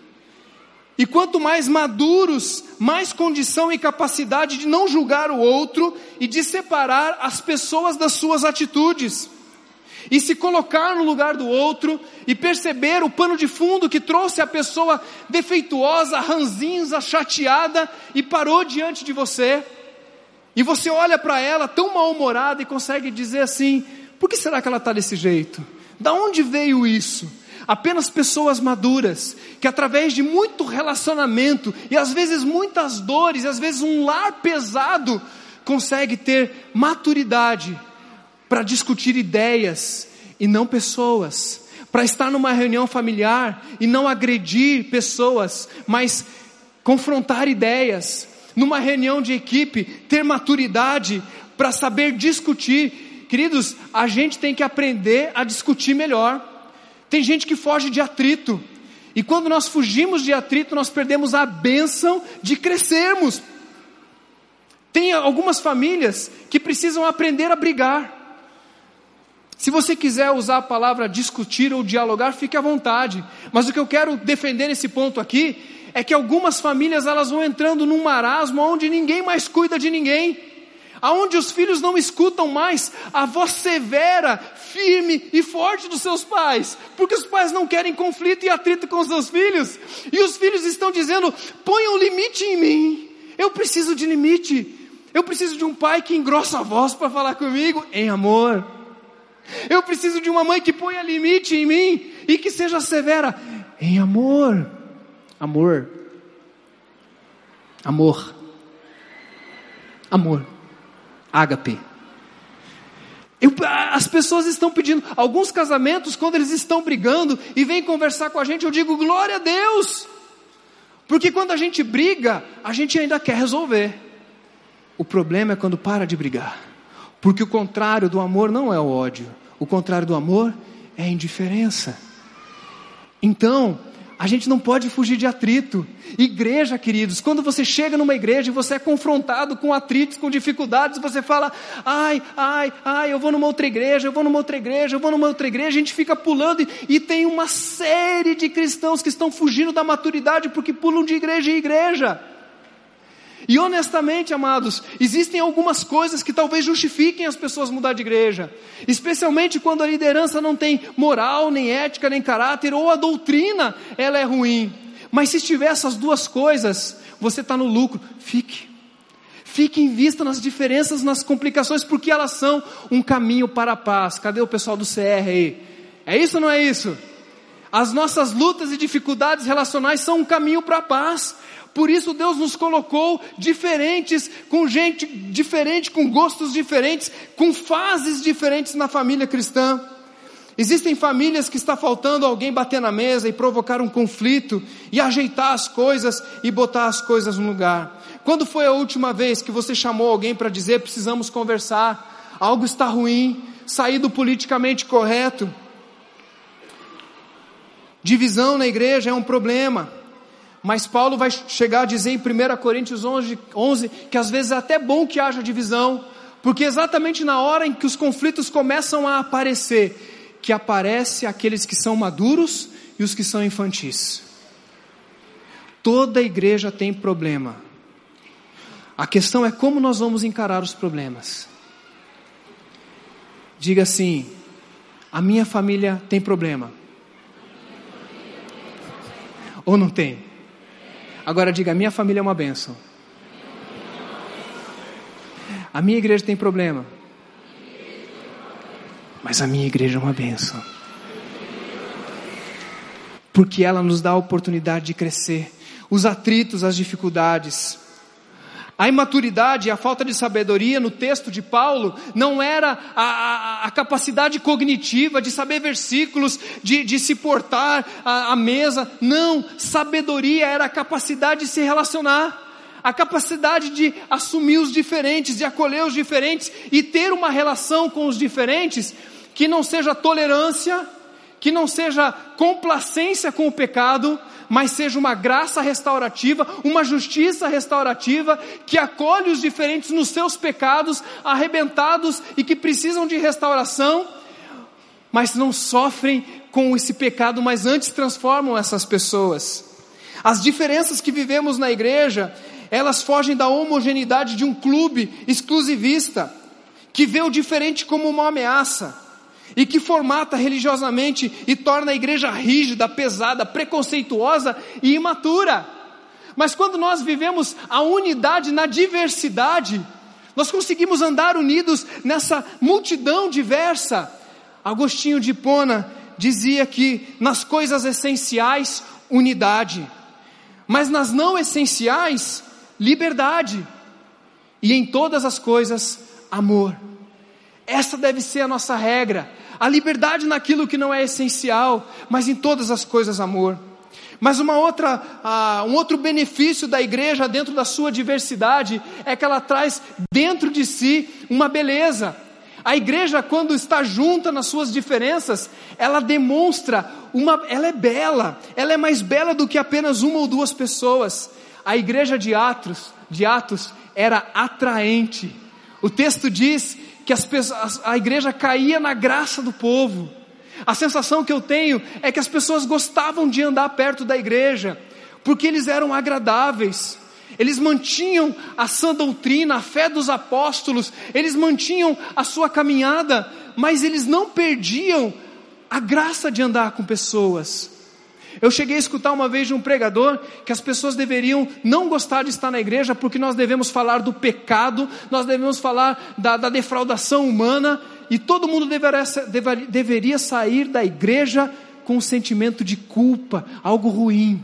E quanto mais maduros, mais condição e capacidade de não julgar o outro e de separar as pessoas das suas atitudes. E se colocar no lugar do outro e perceber o pano de fundo que trouxe a pessoa defeituosa, ranzinza, chateada e parou diante de você. E você olha para ela tão mal-humorada e consegue dizer assim, por que será que ela está desse jeito? Da onde veio isso? Apenas pessoas maduras, que através de muito relacionamento, e às vezes muitas dores, e às vezes um lar pesado, consegue ter maturidade para discutir ideias e não pessoas, para estar numa reunião familiar e não agredir pessoas, mas confrontar ideias, numa reunião de equipe, ter maturidade para saber discutir. Queridos, a gente tem que aprender a discutir melhor. Tem gente que foge de atrito, e quando nós fugimos de atrito, nós perdemos a bênção de crescermos. Tem algumas famílias que precisam aprender a brigar. Se você quiser usar a palavra discutir ou dialogar, fique à vontade, mas o que eu quero defender nesse ponto aqui, é que algumas famílias elas vão entrando num marasmo, onde ninguém mais cuida de ninguém, aonde os filhos não escutam mais a voz severa, firme e forte dos seus pais, porque os pais não querem conflito e atrito com os seus filhos, e os filhos estão dizendo, ponha um limite em mim, eu preciso de limite, eu preciso de um pai que engrossa a voz para falar comigo, em amor, eu preciso de uma mãe que ponha limite em mim, e que seja severa, em amor, amor, amor, amor, ágape. Eu, as pessoas estão pedindo, alguns casamentos quando eles estão brigando e vêm conversar com a gente, eu digo glória a Deus, porque quando a gente briga, a gente ainda quer resolver. O problema é quando para de brigar, porque o contrário do amor não é o ódio, o contrário do amor é a indiferença. Então, a gente não pode fugir de atrito. Igreja, queridos, quando você chega numa igreja e você é confrontado com atritos, com dificuldades, você fala, ai, ai, ai, eu vou numa outra igreja, eu vou numa outra igreja, eu vou numa outra igreja, a gente fica pulando, e, e tem uma série de cristãos que estão fugindo da maturidade, porque pulam de igreja em igreja. E honestamente, amados, existem algumas coisas que talvez justifiquem as pessoas mudar de igreja, especialmente quando a liderança não tem moral, nem ética, nem caráter, ou a doutrina ela é ruim. Mas se tiver essas duas coisas, você está no lucro. Fique, fique em vista nas diferenças, nas complicações, porque elas são um caminho para a paz. Cadê o pessoal do C R aí? É isso ou não é isso? As nossas lutas e dificuldades relacionais são um caminho para a paz. Por isso Deus nos colocou diferentes, com gente diferente, com gostos diferentes, com fases diferentes na família cristã. Existem famílias que está faltando alguém bater na mesa e provocar um conflito, e ajeitar as coisas e botar as coisas no lugar. Quando foi a última vez que você chamou alguém para dizer, precisamos conversar, algo está ruim, sair do politicamente correto? Divisão na igreja é um problema. Mas Paulo vai chegar a dizer em primeira Coríntios onze, que às vezes é até bom que haja divisão, porque exatamente na hora em que os conflitos começam a aparecer, que aparece aqueles que são maduros e os que são infantis. Toda igreja tem problema. A questão é como nós vamos encarar os problemas. Diga assim, a minha família tem problema. Ou não tem? Agora diga, a minha família é uma bênção. A minha igreja tem problema, mas a minha igreja é uma bênção, porque ela nos dá a oportunidade de crescer. Os atritos, as dificuldades, A imaturidade e a falta de sabedoria no texto de Paulo não era a, a, a capacidade cognitiva de saber versículos, de, de se portar à, à mesa. Não, sabedoria era a capacidade de se relacionar, a capacidade de assumir os diferentes, de acolher os diferentes e ter uma relação com os diferentes que não seja tolerância, que não seja complacência com o pecado, mas seja uma graça restaurativa, uma justiça restaurativa, que acolhe os diferentes nos seus pecados, arrebentados e que precisam de restauração, mas não sofrem com esse pecado, mas antes transformam essas pessoas. As diferenças que vivemos na igreja, elas fogem da homogeneidade de um clube exclusivista, que vê o diferente como uma ameaça, e que formata religiosamente e torna a igreja rígida, pesada, preconceituosa e imatura. Mas quando nós vivemos a unidade na diversidade, nós conseguimos andar unidos nessa multidão diversa. Agostinho de Hipona dizia que nas coisas essenciais, unidade, mas nas não essenciais, liberdade, e em todas as coisas, amor. Essa deve ser a nossa regra, a liberdade naquilo que não é essencial, mas em todas as coisas amor. Mas uma outra, uh, um outro benefício da igreja dentro da sua diversidade, é que ela traz dentro de si uma beleza. A igreja, quando está junta nas suas diferenças, ela demonstra, uma, ela é bela, ela é mais bela do que apenas uma ou duas pessoas. A igreja de Atos, de Atos era atraente. O texto diz que as pessoas, a igreja caía na graça do povo. A sensação que eu tenho é que as pessoas gostavam de andar perto da igreja, porque eles eram agradáveis, eles mantinham a sã doutrina, a fé dos apóstolos, eles mantinham a sua caminhada, mas eles não perdiam a graça de andar com pessoas. Eu cheguei a escutar uma vez de um pregador que as pessoas deveriam não gostar de estar na igreja porque nós devemos falar do pecado, nós devemos falar da, da defraudação humana, e todo mundo deveria, deveria, deveria sair da igreja com um sentimento de culpa, algo ruim.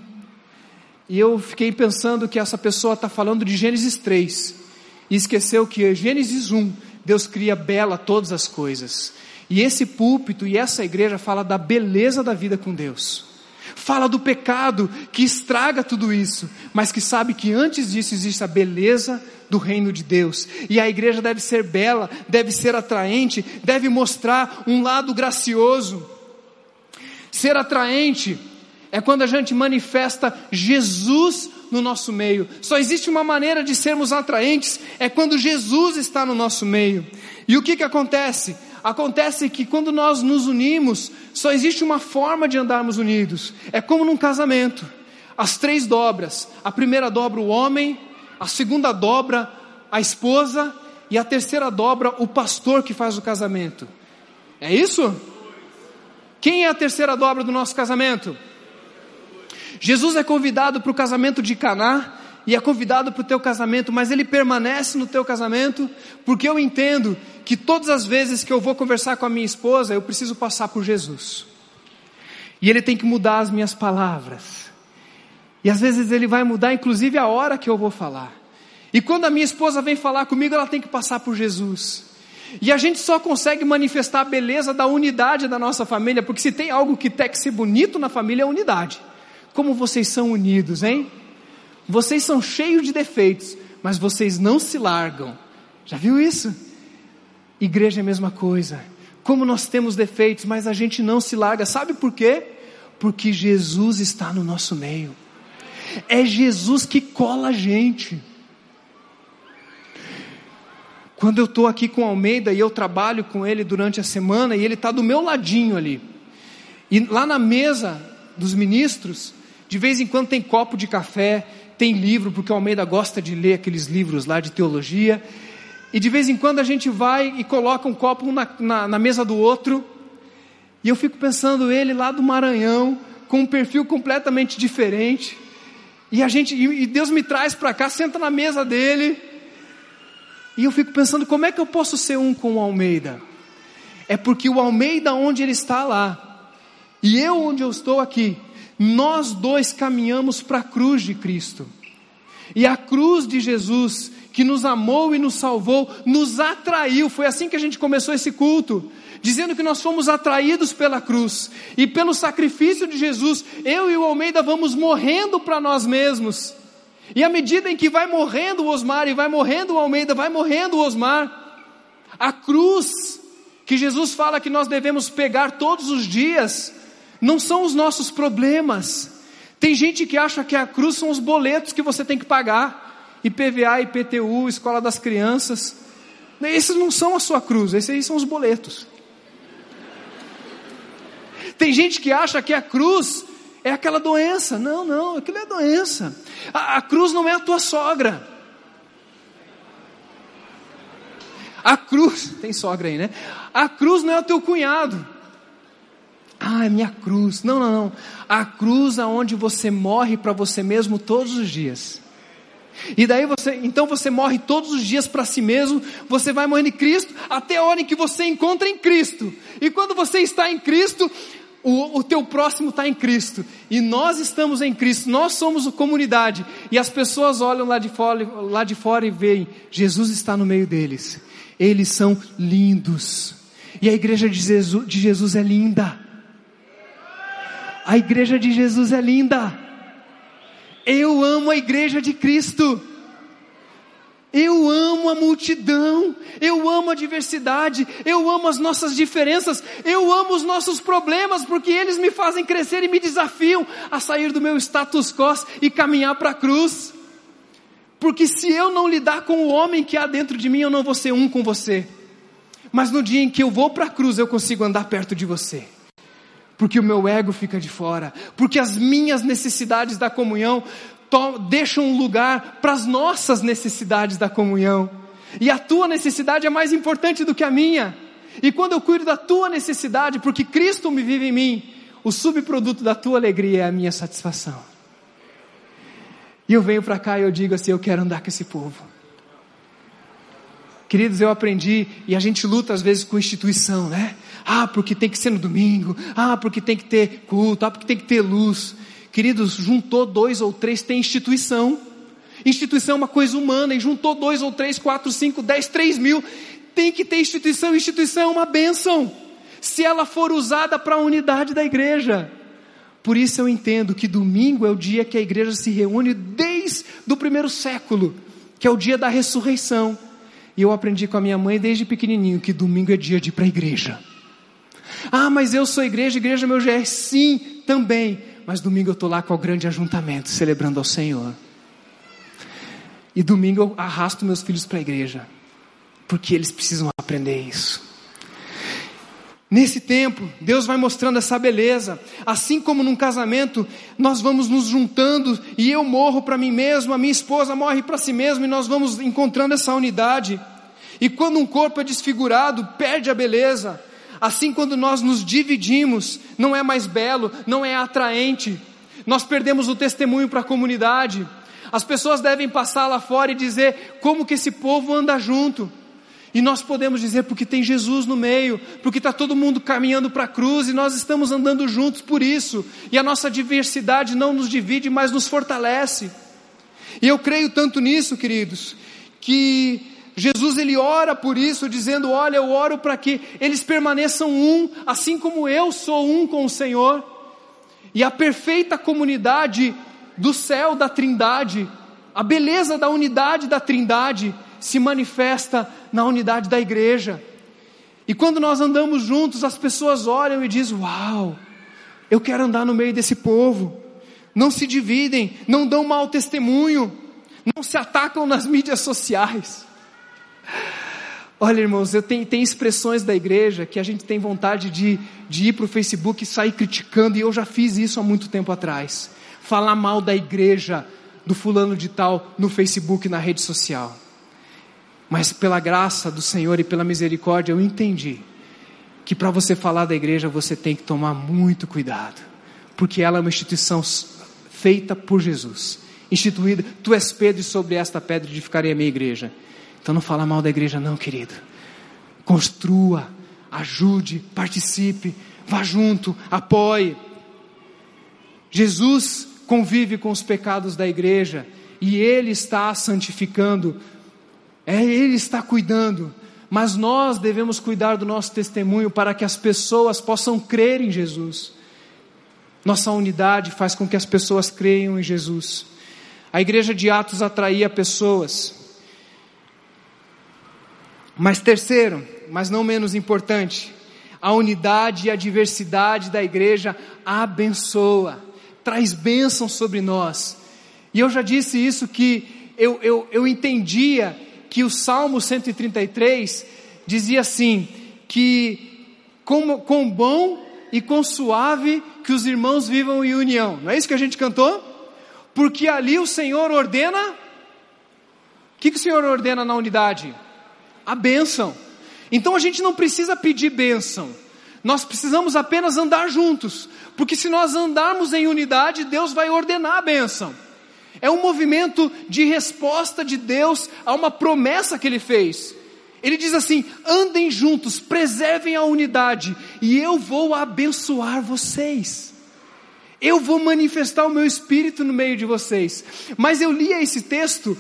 E eu fiquei pensando que essa pessoa está falando de Gênesis três, e esqueceu que Gênesis um, Deus cria bela todas as coisas, e esse púlpito e essa igreja fala da beleza da vida com Deus. Fala do pecado que estraga tudo isso, mas que sabe que antes disso existe a beleza do reino de Deus. E a igreja deve ser bela, deve ser atraente, deve mostrar um lado gracioso. Ser atraente é quando a gente manifesta Jesus no nosso meio. Só existe uma maneira de sermos atraentes, é quando Jesus está no nosso meio. E o que que acontece? Acontece que quando nós nos unimos, só existe uma forma de andarmos unidos. É como num casamento. As três dobras. A primeira dobra o homem, a segunda dobra a esposa, e a terceira dobra o pastor que faz o casamento. É isso? Quem é a terceira dobra do nosso casamento? Jesus é convidado para o casamento de Caná, e é convidado para o teu casamento, mas ele permanece no teu casamento, porque eu entendo que todas as vezes que eu vou conversar com a minha esposa, eu preciso passar por Jesus, e ele tem que mudar as minhas palavras, e às vezes ele vai mudar inclusive a hora que eu vou falar, e quando a minha esposa vem falar comigo, ela tem que passar por Jesus, e a gente só consegue manifestar a beleza da unidade da nossa família, porque se tem algo que tem que ser bonito na família, é a unidade. Como vocês são unidos, hein? Vocês são cheios de defeitos, mas vocês não se largam. Já viu isso? Igreja é a mesma coisa. Como nós temos defeitos, mas a gente não se larga. Sabe por quê? Porque Jesus está no nosso meio. É Jesus que cola a gente. Quando eu estou aqui com o Almeida e eu trabalho com ele durante a semana, e ele está do meu ladinho ali, e lá na mesa dos ministros, de vez em quando tem copo de café, tem livro, porque o Almeida gosta de ler aqueles livros lá de teologia, e de vez em quando a gente vai e coloca um copo um na, na, na mesa do outro, e eu fico pensando ele lá do Maranhão, com um perfil completamente diferente, e, a gente, e Deus me traz para cá, senta na mesa dele, e eu fico pensando, como é que eu posso ser um com o Almeida? É porque o Almeida onde ele está lá, e eu onde eu estou aqui, nós dois caminhamos para a cruz de Cristo. E a cruz de Jesus, que nos amou e nos salvou, nos atraiu. Foi assim que a gente começou esse culto, dizendo que nós fomos atraídos pela cruz. E pelo sacrifício de Jesus, eu e o Almeida vamos morrendo para nós mesmos. E à medida em que vai morrendo o Osmar, e vai morrendo o Almeida, vai morrendo o Osmar, a cruz que Jesus fala que nós devemos pegar todos os dias, não são os nossos problemas. Tem gente que acha que a cruz são os boletos que você tem que pagar, I P V A, I P T U, Escola das Crianças. Esses não são a sua cruz, esses aí são os boletos. Tem gente que acha que a cruz é aquela doença. Não, não, aquilo é doença. A, a cruz não é a tua sogra. A cruz, tem sogra aí, né? A cruz não é o teu cunhado. Ah, é minha cruz. Não, não, não. A cruz aonde você morre para você mesmo todos os dias. E daí você, então você morre todos os dias para si mesmo. Você vai morrendo em Cristo até a hora em que você encontra em Cristo. E quando você está em Cristo, o, o teu próximo está em Cristo. E nós estamos em Cristo. Nós somos a comunidade. E as pessoas olham lá de fora, lá de fora e veem, Jesus está no meio deles. Eles são lindos. E a igreja de Jesus, de Jesus é linda. A igreja de Jesus é linda. Eu amo a igreja de Cristo. Eu amo a multidão. Eu amo a diversidade. Eu amo as nossas diferenças. Eu amo os nossos problemas, porque eles me fazem crescer e me desafiam a sair do meu status quo e caminhar para a cruz. Porque se eu não lidar com o homem que há dentro de mim, eu não vou ser um com você. Mas no dia em que eu vou para a cruz, eu consigo andar perto de você. Porque o meu ego fica de fora. Porque as minhas necessidades da comunhão to- deixam um lugar para as nossas necessidades da comunhão. E a tua necessidade é mais importante do que a minha. E quando eu cuido da tua necessidade, porque Cristo me vive em mim, o subproduto da tua alegria é a minha satisfação. E eu venho para cá e eu digo assim, eu quero andar com esse povo. Queridos, eu aprendi, e a gente luta às vezes com instituição, né? Ah, porque tem que ser no domingo, ah, porque tem que ter culto, ah, porque tem que ter luz. Queridos, juntou dois ou três, tem instituição. Instituição é uma coisa humana, e juntou dois ou três, quatro, cinco, dez, três mil. Tem que ter instituição, instituição é uma bênção, se ela for usada para a unidade da igreja. Por isso eu entendo que domingo é o dia que a igreja se reúne desde o primeiro século, que é o dia da ressurreição. E eu aprendi com a minha mãe desde pequenininho que domingo é dia de ir para a igreja. Ah, mas eu sou igreja, igreja meu G R. Sim, também. Mas domingo eu estou lá com o grande ajuntamento, celebrando ao Senhor. E domingo eu arrasto meus filhos para a igreja, porque eles precisam aprender isso. Nesse tempo, Deus vai mostrando essa beleza. Assim como num casamento, nós vamos nos juntando, e eu morro para mim mesmo, a minha esposa morre para si mesma, e nós vamos encontrando essa unidade. E quando um corpo é desfigurado, perde a beleza. Assim, quando nós nos dividimos, não é mais belo, não é atraente. Nós perdemos o testemunho para a comunidade. As pessoas devem passar lá fora e dizer como que esse povo anda junto. E nós podemos dizer porque tem Jesus no meio, porque está todo mundo caminhando para a cruz e nós estamos andando juntos por isso. E a nossa diversidade não nos divide, mas nos fortalece. E eu creio tanto nisso, queridos, que Jesus ele ora por isso, dizendo, olha, eu oro para que eles permaneçam um, assim como eu sou um com o Senhor. E a perfeita comunidade do céu da Trindade, a beleza da unidade da Trindade, se manifesta na unidade da igreja. E quando nós andamos juntos, as pessoas olham e dizem, uau, eu quero andar no meio desse povo. Não se dividem, não dão mau testemunho, não se atacam nas mídias sociais. Olha, irmãos, eu tenho, tem expressões da igreja que a gente tem vontade de, de ir para o Facebook e sair criticando, e eu já fiz isso há muito tempo atrás. Falar mal da igreja, do fulano de tal, no Facebook, na rede social. Mas pela graça do Senhor e pela misericórdia, eu entendi que para você falar da igreja, você tem que tomar muito cuidado, porque ela é uma instituição feita por Jesus, instituída, tu és Pedro e sobre esta pedra edificarei a minha igreja. Então não fala mal da igreja não, querido. Construa, ajude, participe, vá junto, apoie. Jesus convive com os pecados da igreja, e Ele está santificando, é Ele está cuidando, mas nós devemos cuidar do nosso testemunho para que as pessoas possam crer em Jesus. Nossa unidade faz com que as pessoas creiam em Jesus. A igreja de Atos atraía pessoas. Mas terceiro, mas não menos importante, a unidade e a diversidade da igreja abençoa, traz bênção sobre nós. E eu já disse isso, que eu, eu, eu entendia que o Salmo cento e trinta e três dizia assim, que com, com bom e com suave que os irmãos vivam em união. Não é isso que a gente cantou? Porque ali o Senhor ordena, o que, que o Senhor ordena na unidade? A bênção. Então a gente não precisa pedir bênção, nós precisamos apenas andar juntos, porque se nós andarmos em unidade, Deus vai ordenar a bênção. É um movimento de resposta de Deus a uma promessa que Ele fez. Ele diz assim, andem juntos, preservem a unidade, e eu vou abençoar vocês. Eu vou manifestar o meu Espírito no meio de vocês. Mas eu lia esse texto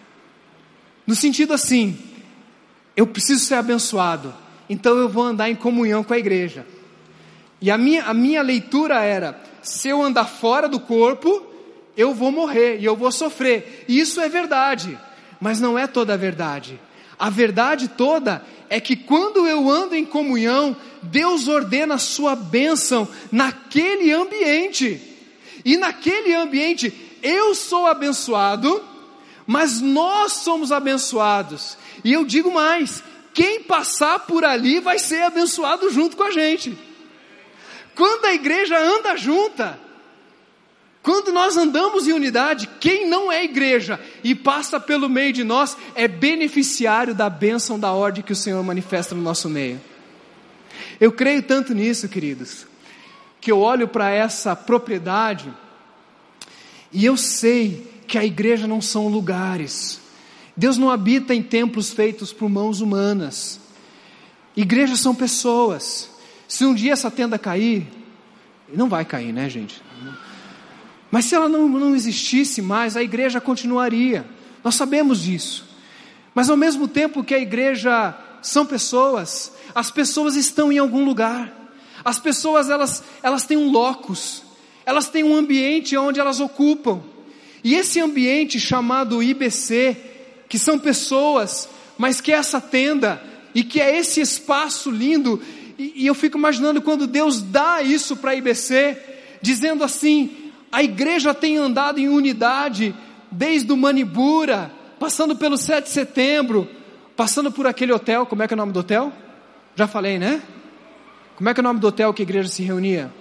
no sentido assim, eu preciso ser abençoado, então eu vou andar em comunhão com a igreja. E a minha, a minha leitura era, se eu andar fora do corpo, eu vou morrer e eu vou sofrer. E isso é verdade, mas não é toda a verdade. A verdade toda é que quando eu ando em comunhão, Deus ordena a sua bênção naquele ambiente. E naquele ambiente eu sou abençoado, mas nós somos abençoados. E eu digo mais, quem passar por ali vai ser abençoado junto com a gente. Quando a igreja anda junta, quando nós andamos em unidade, quem não é igreja e passa pelo meio de nós, é beneficiário da bênção da ordem que o Senhor manifesta no nosso meio. Eu creio tanto nisso, queridos, que eu olho para essa propriedade e eu sei que a igreja não são lugares. Deus não habita em templos feitos por mãos humanas. Igrejas são pessoas. Se um dia essa tenda cair, não vai cair, né, gente? Mas se ela não, não existisse mais, a igreja continuaria. Nós sabemos disso. Mas ao mesmo tempo que a igreja são pessoas, as pessoas estão em algum lugar. As pessoas, elas, elas têm um locus. Elas têm um ambiente onde elas ocupam. E esse ambiente chamado I B C, que são pessoas, mas que é essa tenda, e que é esse espaço lindo, e, e eu fico imaginando quando Deus dá isso para a I B C, dizendo assim, a igreja tem andado em unidade, desde o Manibura, passando pelo sete de setembro, passando por aquele hotel, como é que é o nome do hotel? Já falei, né? Como é que é o nome do hotel que a igreja se reunia?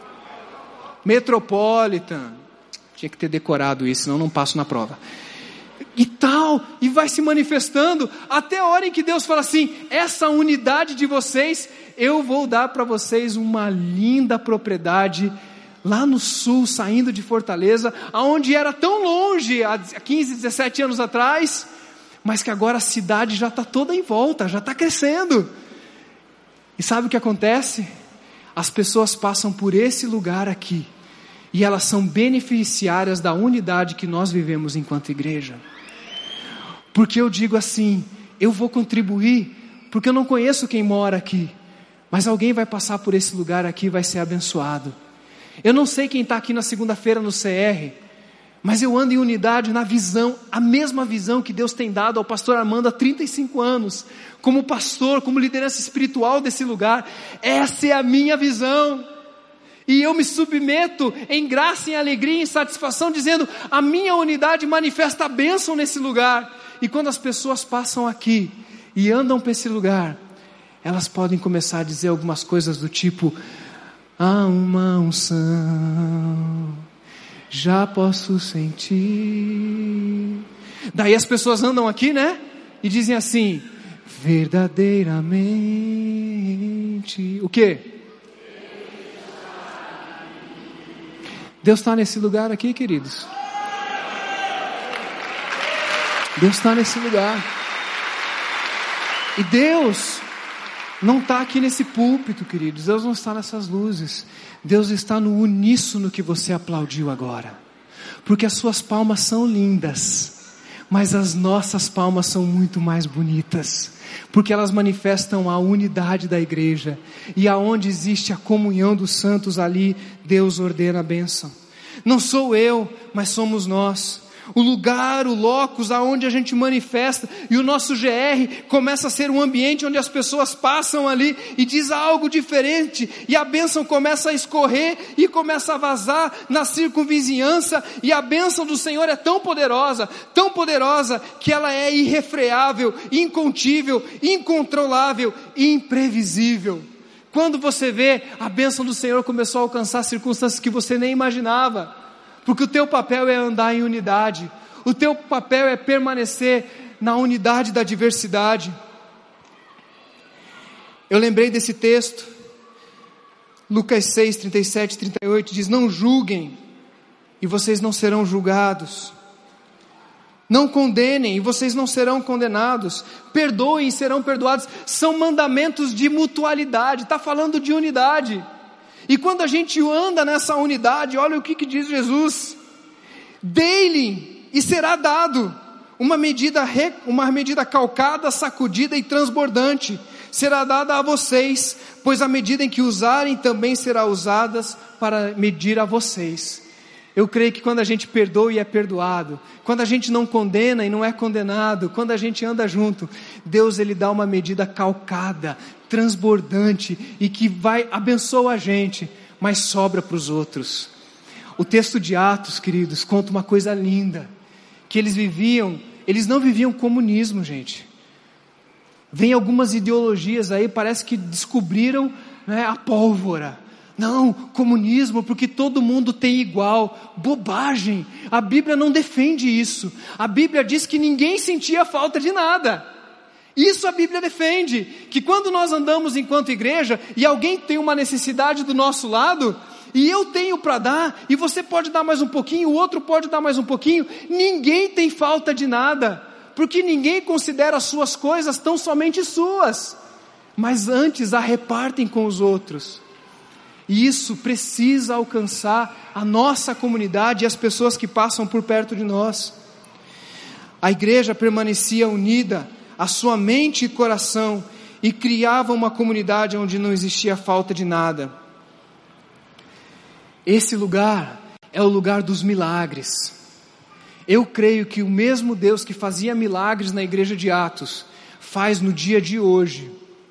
Metropolitan. Tinha que ter decorado isso, senão não passo na prova. E tal, e vai se manifestando, até a hora em que Deus fala assim, essa unidade de vocês, eu vou dar para vocês uma linda propriedade, lá no sul, saindo de Fortaleza, aonde era tão longe, há quinze, dezessete anos atrás, mas que agora a cidade já está toda em volta, já está crescendo. E sabe o que acontece? As pessoas passam por esse lugar aqui, e elas são beneficiárias da unidade que nós vivemos enquanto igreja. Porque eu digo assim, eu vou contribuir, porque eu não conheço quem mora aqui, mas alguém vai passar por esse lugar aqui e vai ser abençoado. Eu não sei quem está aqui na segunda-feira no C R, mas eu ando em unidade na visão, a mesma visão que Deus tem dado ao pastor Armando há trinta e cinco anos, como pastor, como liderança espiritual desse lugar. Essa é a minha visão, e eu me submeto em graça, em alegria, em satisfação, dizendo, a minha unidade manifesta a bênção nesse lugar. E quando as pessoas passam aqui e andam para esse lugar, elas podem começar a dizer algumas coisas do tipo, há uma unção, já posso sentir. Daí as pessoas andam aqui, né? E dizem assim, verdadeiramente, o quê? Deus está nesse lugar aqui, queridos. Deus está nesse lugar. E Deus não está aqui nesse púlpito, queridos. Deus não está nessas luzes. Deus está no uníssono que você aplaudiu agora. porque as suas palmas são lindas, mas as nossas palmas são muito mais bonitas, porque elas manifestam a unidade da igreja, e aonde existe a comunhão dos santos, ali Deus ordena a bênção. Não sou eu, mas somos nós. O lugar, o locus aonde a gente manifesta, e o nosso G R começa a ser um ambiente onde as pessoas passam ali e diz algo diferente, e a bênção começa a escorrer e começa a vazar na circunvizinhança, e a bênção do Senhor é tão poderosa, tão poderosa, que ela é irrefreável, incontível, incontrolável, imprevisível. Quando você vê, a bênção do Senhor começou a alcançar circunstâncias que você nem imaginava, porque o teu papel é andar em unidade, o teu papel é permanecer na unidade da diversidade. Eu lembrei desse texto, Lucas seis, trinta e sete e trinta e oito, diz: não julguem, e vocês não serão julgados. Não condenem, e vocês não serão condenados. Perdoem, e serão perdoados. São mandamentos de mutualidade, está falando de unidade. E quando a gente anda nessa unidade, olha o que, que diz Jesus: dê-lhe e será dado, uma medida, re, uma medida calcada, sacudida e transbordante, será dada a vocês, pois a medida em que usarem também será usada para medir a vocês. Eu creio que quando a gente perdoa e é perdoado, quando a gente não condena e não é condenado, quando a gente anda junto, Deus ele dá uma medida calcada, transbordante, e que vai, abençoa a gente, mas sobra para os outros. O texto de Atos, queridos, conta uma coisa linda, que eles viviam, eles não viviam comunismo, gente. Vem algumas ideologias aí, parece que descobriram, né, a pólvora. Não, comunismo, porque todo mundo tem igual. Bobagem, a Bíblia não defende isso. A Bíblia diz que ninguém sentia falta de nada. Isso a Bíblia defende, que quando nós andamos enquanto igreja, e alguém tem uma necessidade do nosso lado, e eu tenho para dar, e você pode dar mais um pouquinho, o outro pode dar mais um pouquinho, ninguém tem falta de nada, porque ninguém considera as suas coisas tão somente suas, mas antes a repartem com os outros. E isso precisa alcançar a nossa comunidade e as pessoas que passam por perto de nós. A igreja permanecia unida, a sua mente e coração, e criava uma comunidade onde não existia falta de nada. Esse lugar é o lugar dos milagres. Eu creio que o mesmo Deus que fazia milagres na igreja de Atos, faz no dia de hoje.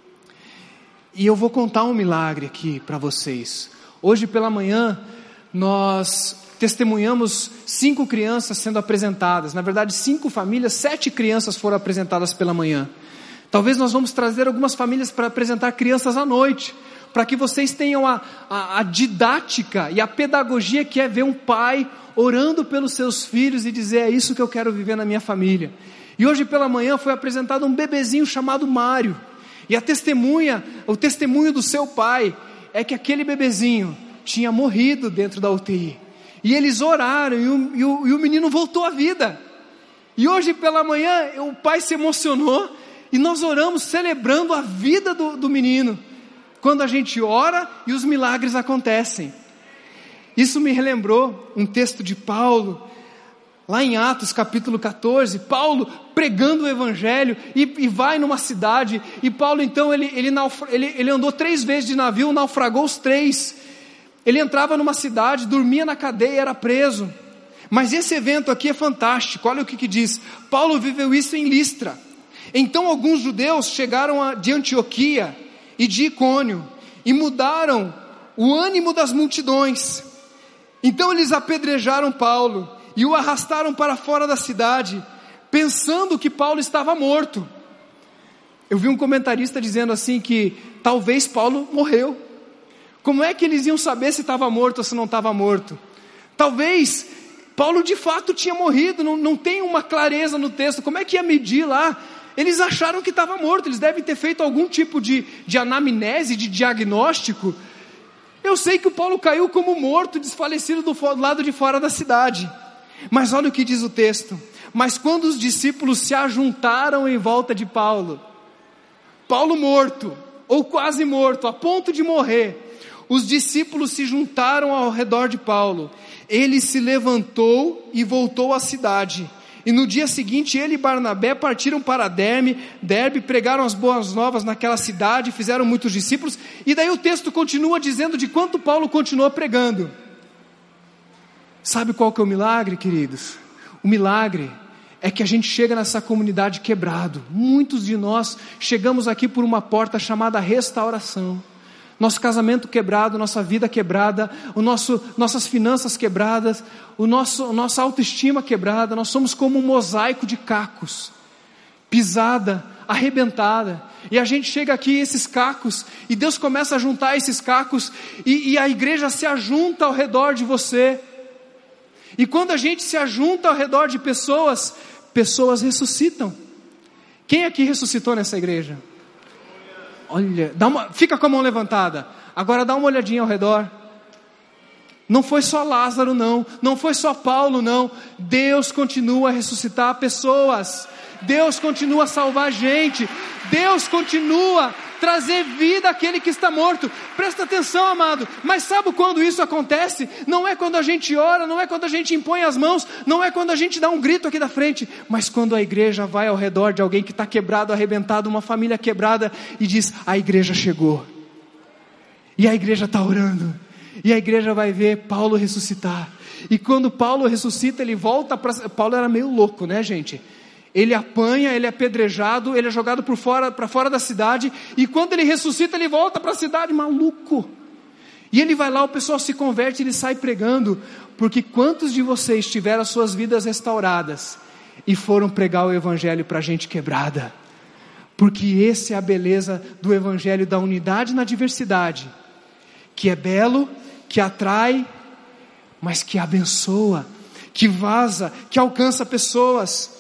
E eu vou contar um milagre aqui para vocês. Hoje pela manhã, nós testemunhamos cinco crianças sendo apresentadas. Na verdade, cinco famílias, sete crianças foram apresentadas pela manhã. Talvez nós vamos trazer algumas famílias para apresentar crianças à noite, para que vocês tenham a, a, a didática e a pedagogia que é ver um pai orando pelos seus filhos e dizer: é isso que eu quero viver na minha família. E hoje pela manhã foi apresentado um bebezinho chamado Mário. E a testemunha, o testemunho do seu pai é que aquele bebezinho tinha morrido dentro da U T I. E eles oraram e o, e o, e o menino voltou à vida. E hoje pela manhã o pai se emocionou e nós oramos celebrando a vida do, do menino. Quando a gente ora e os milagres acontecem. Isso me relembrou um texto de Paulo, lá em Atos capítulo catorze, Paulo pregando o evangelho, e, e vai numa cidade, e Paulo então, ele, ele, naufra, ele, ele andou três vezes de navio, naufragou os três, ele entrava numa cidade, dormia na cadeia, era preso, mas esse evento aqui é fantástico, olha o que que diz, Paulo viveu isso em Listra, então alguns judeus chegaram a, de Antioquia e de Icônio, e mudaram o ânimo das multidões, então eles apedrejaram Paulo, e o arrastaram para fora da cidade, pensando que Paulo estava morto. Eu vi um comentarista dizendo assim que talvez Paulo morreu. Como é que eles iam saber se estava morto ou se não estava morto? Talvez Paulo de fato tinha morrido, não, não tem uma clareza no texto, como é que ia medir lá? Eles acharam que estava morto, eles devem ter feito algum tipo de, de anamnese, de diagnóstico. Eu sei que o Paulo caiu como morto, desfalecido do, do lado de fora da cidade. Mas olha o que diz o texto: mas quando os discípulos se ajuntaram em volta de Paulo, Paulo morto, ou quase morto, a ponto de morrer, os discípulos se juntaram ao redor de Paulo. Ele se levantou e voltou à cidade. E no dia seguinte ele e Barnabé partiram para Derbe, Derbe, pregaram as boas novas naquela cidade, fizeram muitos discípulos. E daí o texto continua dizendo de quanto Paulo continuou pregando. Sabe qual que é o milagre, queridos? O milagre é que a gente chega nessa comunidade quebrado. Muitos de nós chegamos aqui por uma porta chamada restauração. Nosso casamento quebrado, nossa vida quebrada, o nosso, nossas finanças quebradas, o nosso, nossa autoestima quebrada. Nós somos como um mosaico de cacos, pisada, arrebentada. E a gente chega aqui, esses cacos, e Deus começa a juntar esses cacos, e, e a igreja se ajunta ao redor de você. E quando a gente se ajunta ao redor de pessoas, pessoas ressuscitam. Quem aqui ressuscitou nessa igreja? Olha, dá uma, fica com a mão levantada. Agora dá uma olhadinha ao redor. Não foi só Lázaro não, não foi só Paulo não. Deus continua a ressuscitar pessoas. Deus continua a salvar gente. Deus continua a trazer vida àquele que está morto. Presta atenção, amado. Mas sabe quando isso acontece? Não é quando a gente ora, não é quando a gente impõe as mãos, não é quando a gente dá um grito aqui da frente, mas quando a igreja vai ao redor de alguém que está quebrado, arrebentado, uma família quebrada, e diz: a igreja chegou. E a igreja está orando. E a igreja vai ver Paulo ressuscitar. E quando Paulo ressuscita, ele volta para... Paulo era meio louco, né, gente? Ele apanha, ele é apedrejado, ele é jogado por fora, para fora da cidade, e quando ele ressuscita, ele volta para a cidade, maluco. E ele vai lá, o pessoal se converte, ele sai pregando, porque quantos de vocês tiveram as suas vidas restauradas e foram pregar o evangelho para gente quebrada? Porque essa é a beleza do evangelho, da unidade na diversidade, que é belo, que atrai, mas que abençoa, que vaza, que alcança pessoas.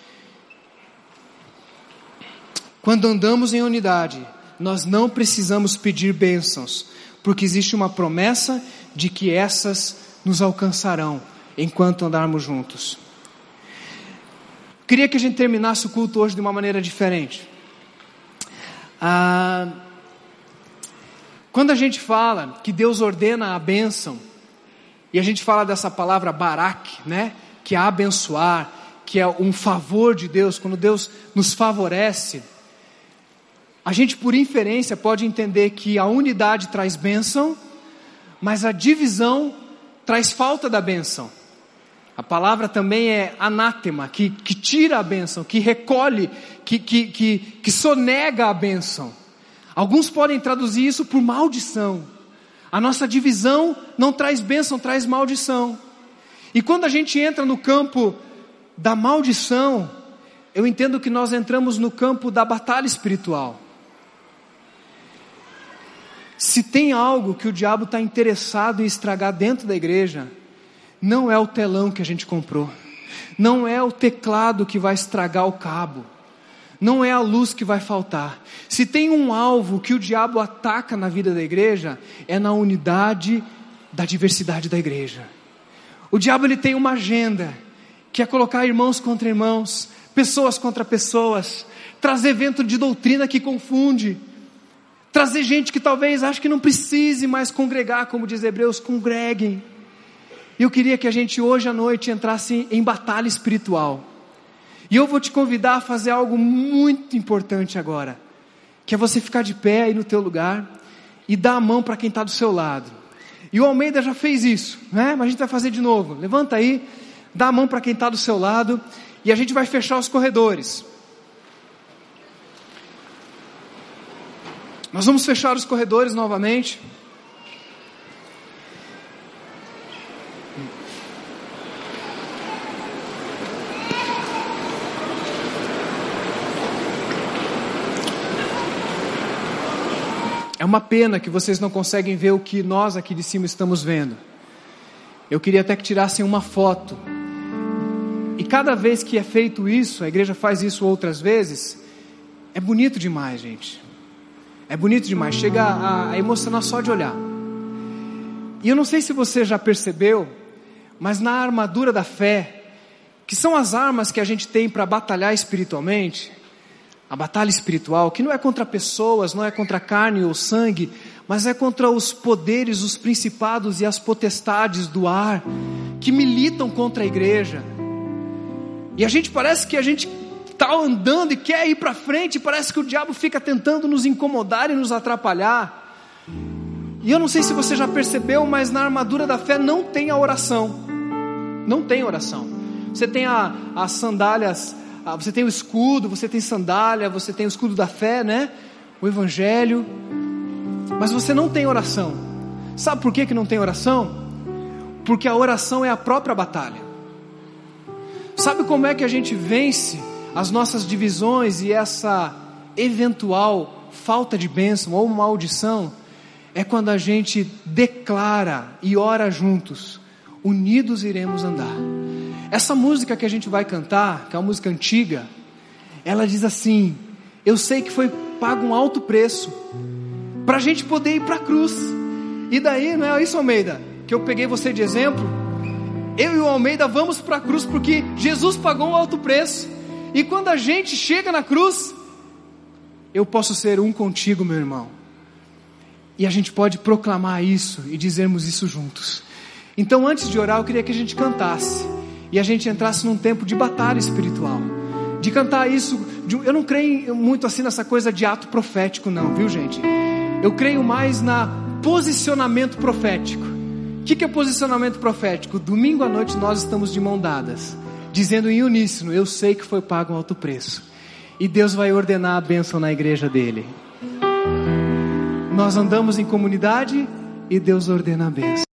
Quando andamos em unidade, nós não precisamos pedir bênçãos, porque existe uma promessa de que essas nos alcançarão enquanto andarmos juntos. Queria que a gente terminasse o culto hoje de uma maneira diferente. Ah, quando a gente fala que Deus ordena a bênção, e a gente fala dessa palavra barak, né, que é abençoar, que é um favor de Deus, quando Deus nos favorece, a gente por inferência pode entender que a unidade traz bênção, mas a divisão traz falta da bênção. A palavra também é anátema, que, que tira a bênção, que recolhe, que, que, que, que sonega a bênção. Alguns podem traduzir isso por maldição. A nossa divisão não traz bênção, traz maldição. E quando a gente entra no campo da maldição, eu entendo que nós entramos no campo da batalha espiritual. Se tem algo que o diabo está interessado em estragar dentro da igreja, não é o telão que a gente comprou, não é o teclado que vai estragar o cabo, não é a luz que vai faltar. Se tem um alvo que o diabo ataca na vida da igreja, é na unidade da diversidade da igreja. O diabo ele tem uma agenda, que é colocar irmãos contra irmãos, pessoas contra pessoas, trazer vento de doutrina que confunde, trazer gente que talvez ache que não precise mais congregar, como diz Hebreus, congreguem. E eu queria que a gente hoje à noite entrasse em batalha espiritual. E eu vou te convidar a fazer algo muito importante agora, que é você ficar de pé aí no teu lugar e dar a mão para quem está do seu lado. E o Almeida já fez isso, né? Mas a gente vai fazer de novo. Levanta aí, dá a mão para quem está do seu lado e a gente vai fechar os corredores. Nós vamos fechar os corredores novamente. É uma pena que vocês não conseguem ver o que nós aqui de cima estamos vendo. Eu queria até que tirassem uma foto. E cada vez que é feito isso, a igreja faz isso outras vezes, é bonito demais, gente. É bonito demais, chega a, a emocionar só de olhar. E eu não sei se você já percebeu, mas na armadura da fé, que são as armas que a gente tem para batalhar espiritualmente, a batalha espiritual, que não é contra pessoas, não é contra carne ou sangue, mas é contra os poderes, os principados e as potestades do ar, que militam contra a igreja. E a gente parece que a gente está andando e quer ir para frente, parece que o diabo fica tentando nos incomodar e nos atrapalhar. E eu não sei se você já percebeu, mas na armadura da fé não tem a oração. Não tem oração. Você tem a, as sandálias, a, você tem o escudo, você tem sandália, você tem o escudo da fé, né? O evangelho. Mas você não tem oração. Sabe por que que não tem oração? Porque a oração é a própria batalha. Sabe como é que a gente vence as nossas divisões e essa eventual falta de bênção ou maldição? É quando a gente declara e ora juntos: unidos iremos andar. Essa música que a gente vai cantar, que é uma música antiga, ela diz assim: eu sei que foi pago um alto preço para a gente poder ir para a cruz. E daí, não é isso, Almeida, que eu peguei você de exemplo? Eu e o Almeida vamos para a cruz porque Jesus pagou um alto preço. E quando a gente chega na cruz, eu posso ser um contigo, meu irmão. E a gente pode proclamar isso e dizermos isso juntos. Então, antes de orar, eu queria que a gente cantasse e a gente entrasse num tempo de batalha espiritual, de cantar isso. De, eu não creio muito assim nessa coisa de ato profético não, viu gente? Eu creio mais na posicionamento profético. O que, que é posicionamento profético? Domingo à noite nós estamos de mão dadas, dizendo em uníssono: eu sei que foi pago um alto preço, e Deus vai ordenar a bênção na igreja dele. Nós andamos em comunidade e Deus ordena a bênção.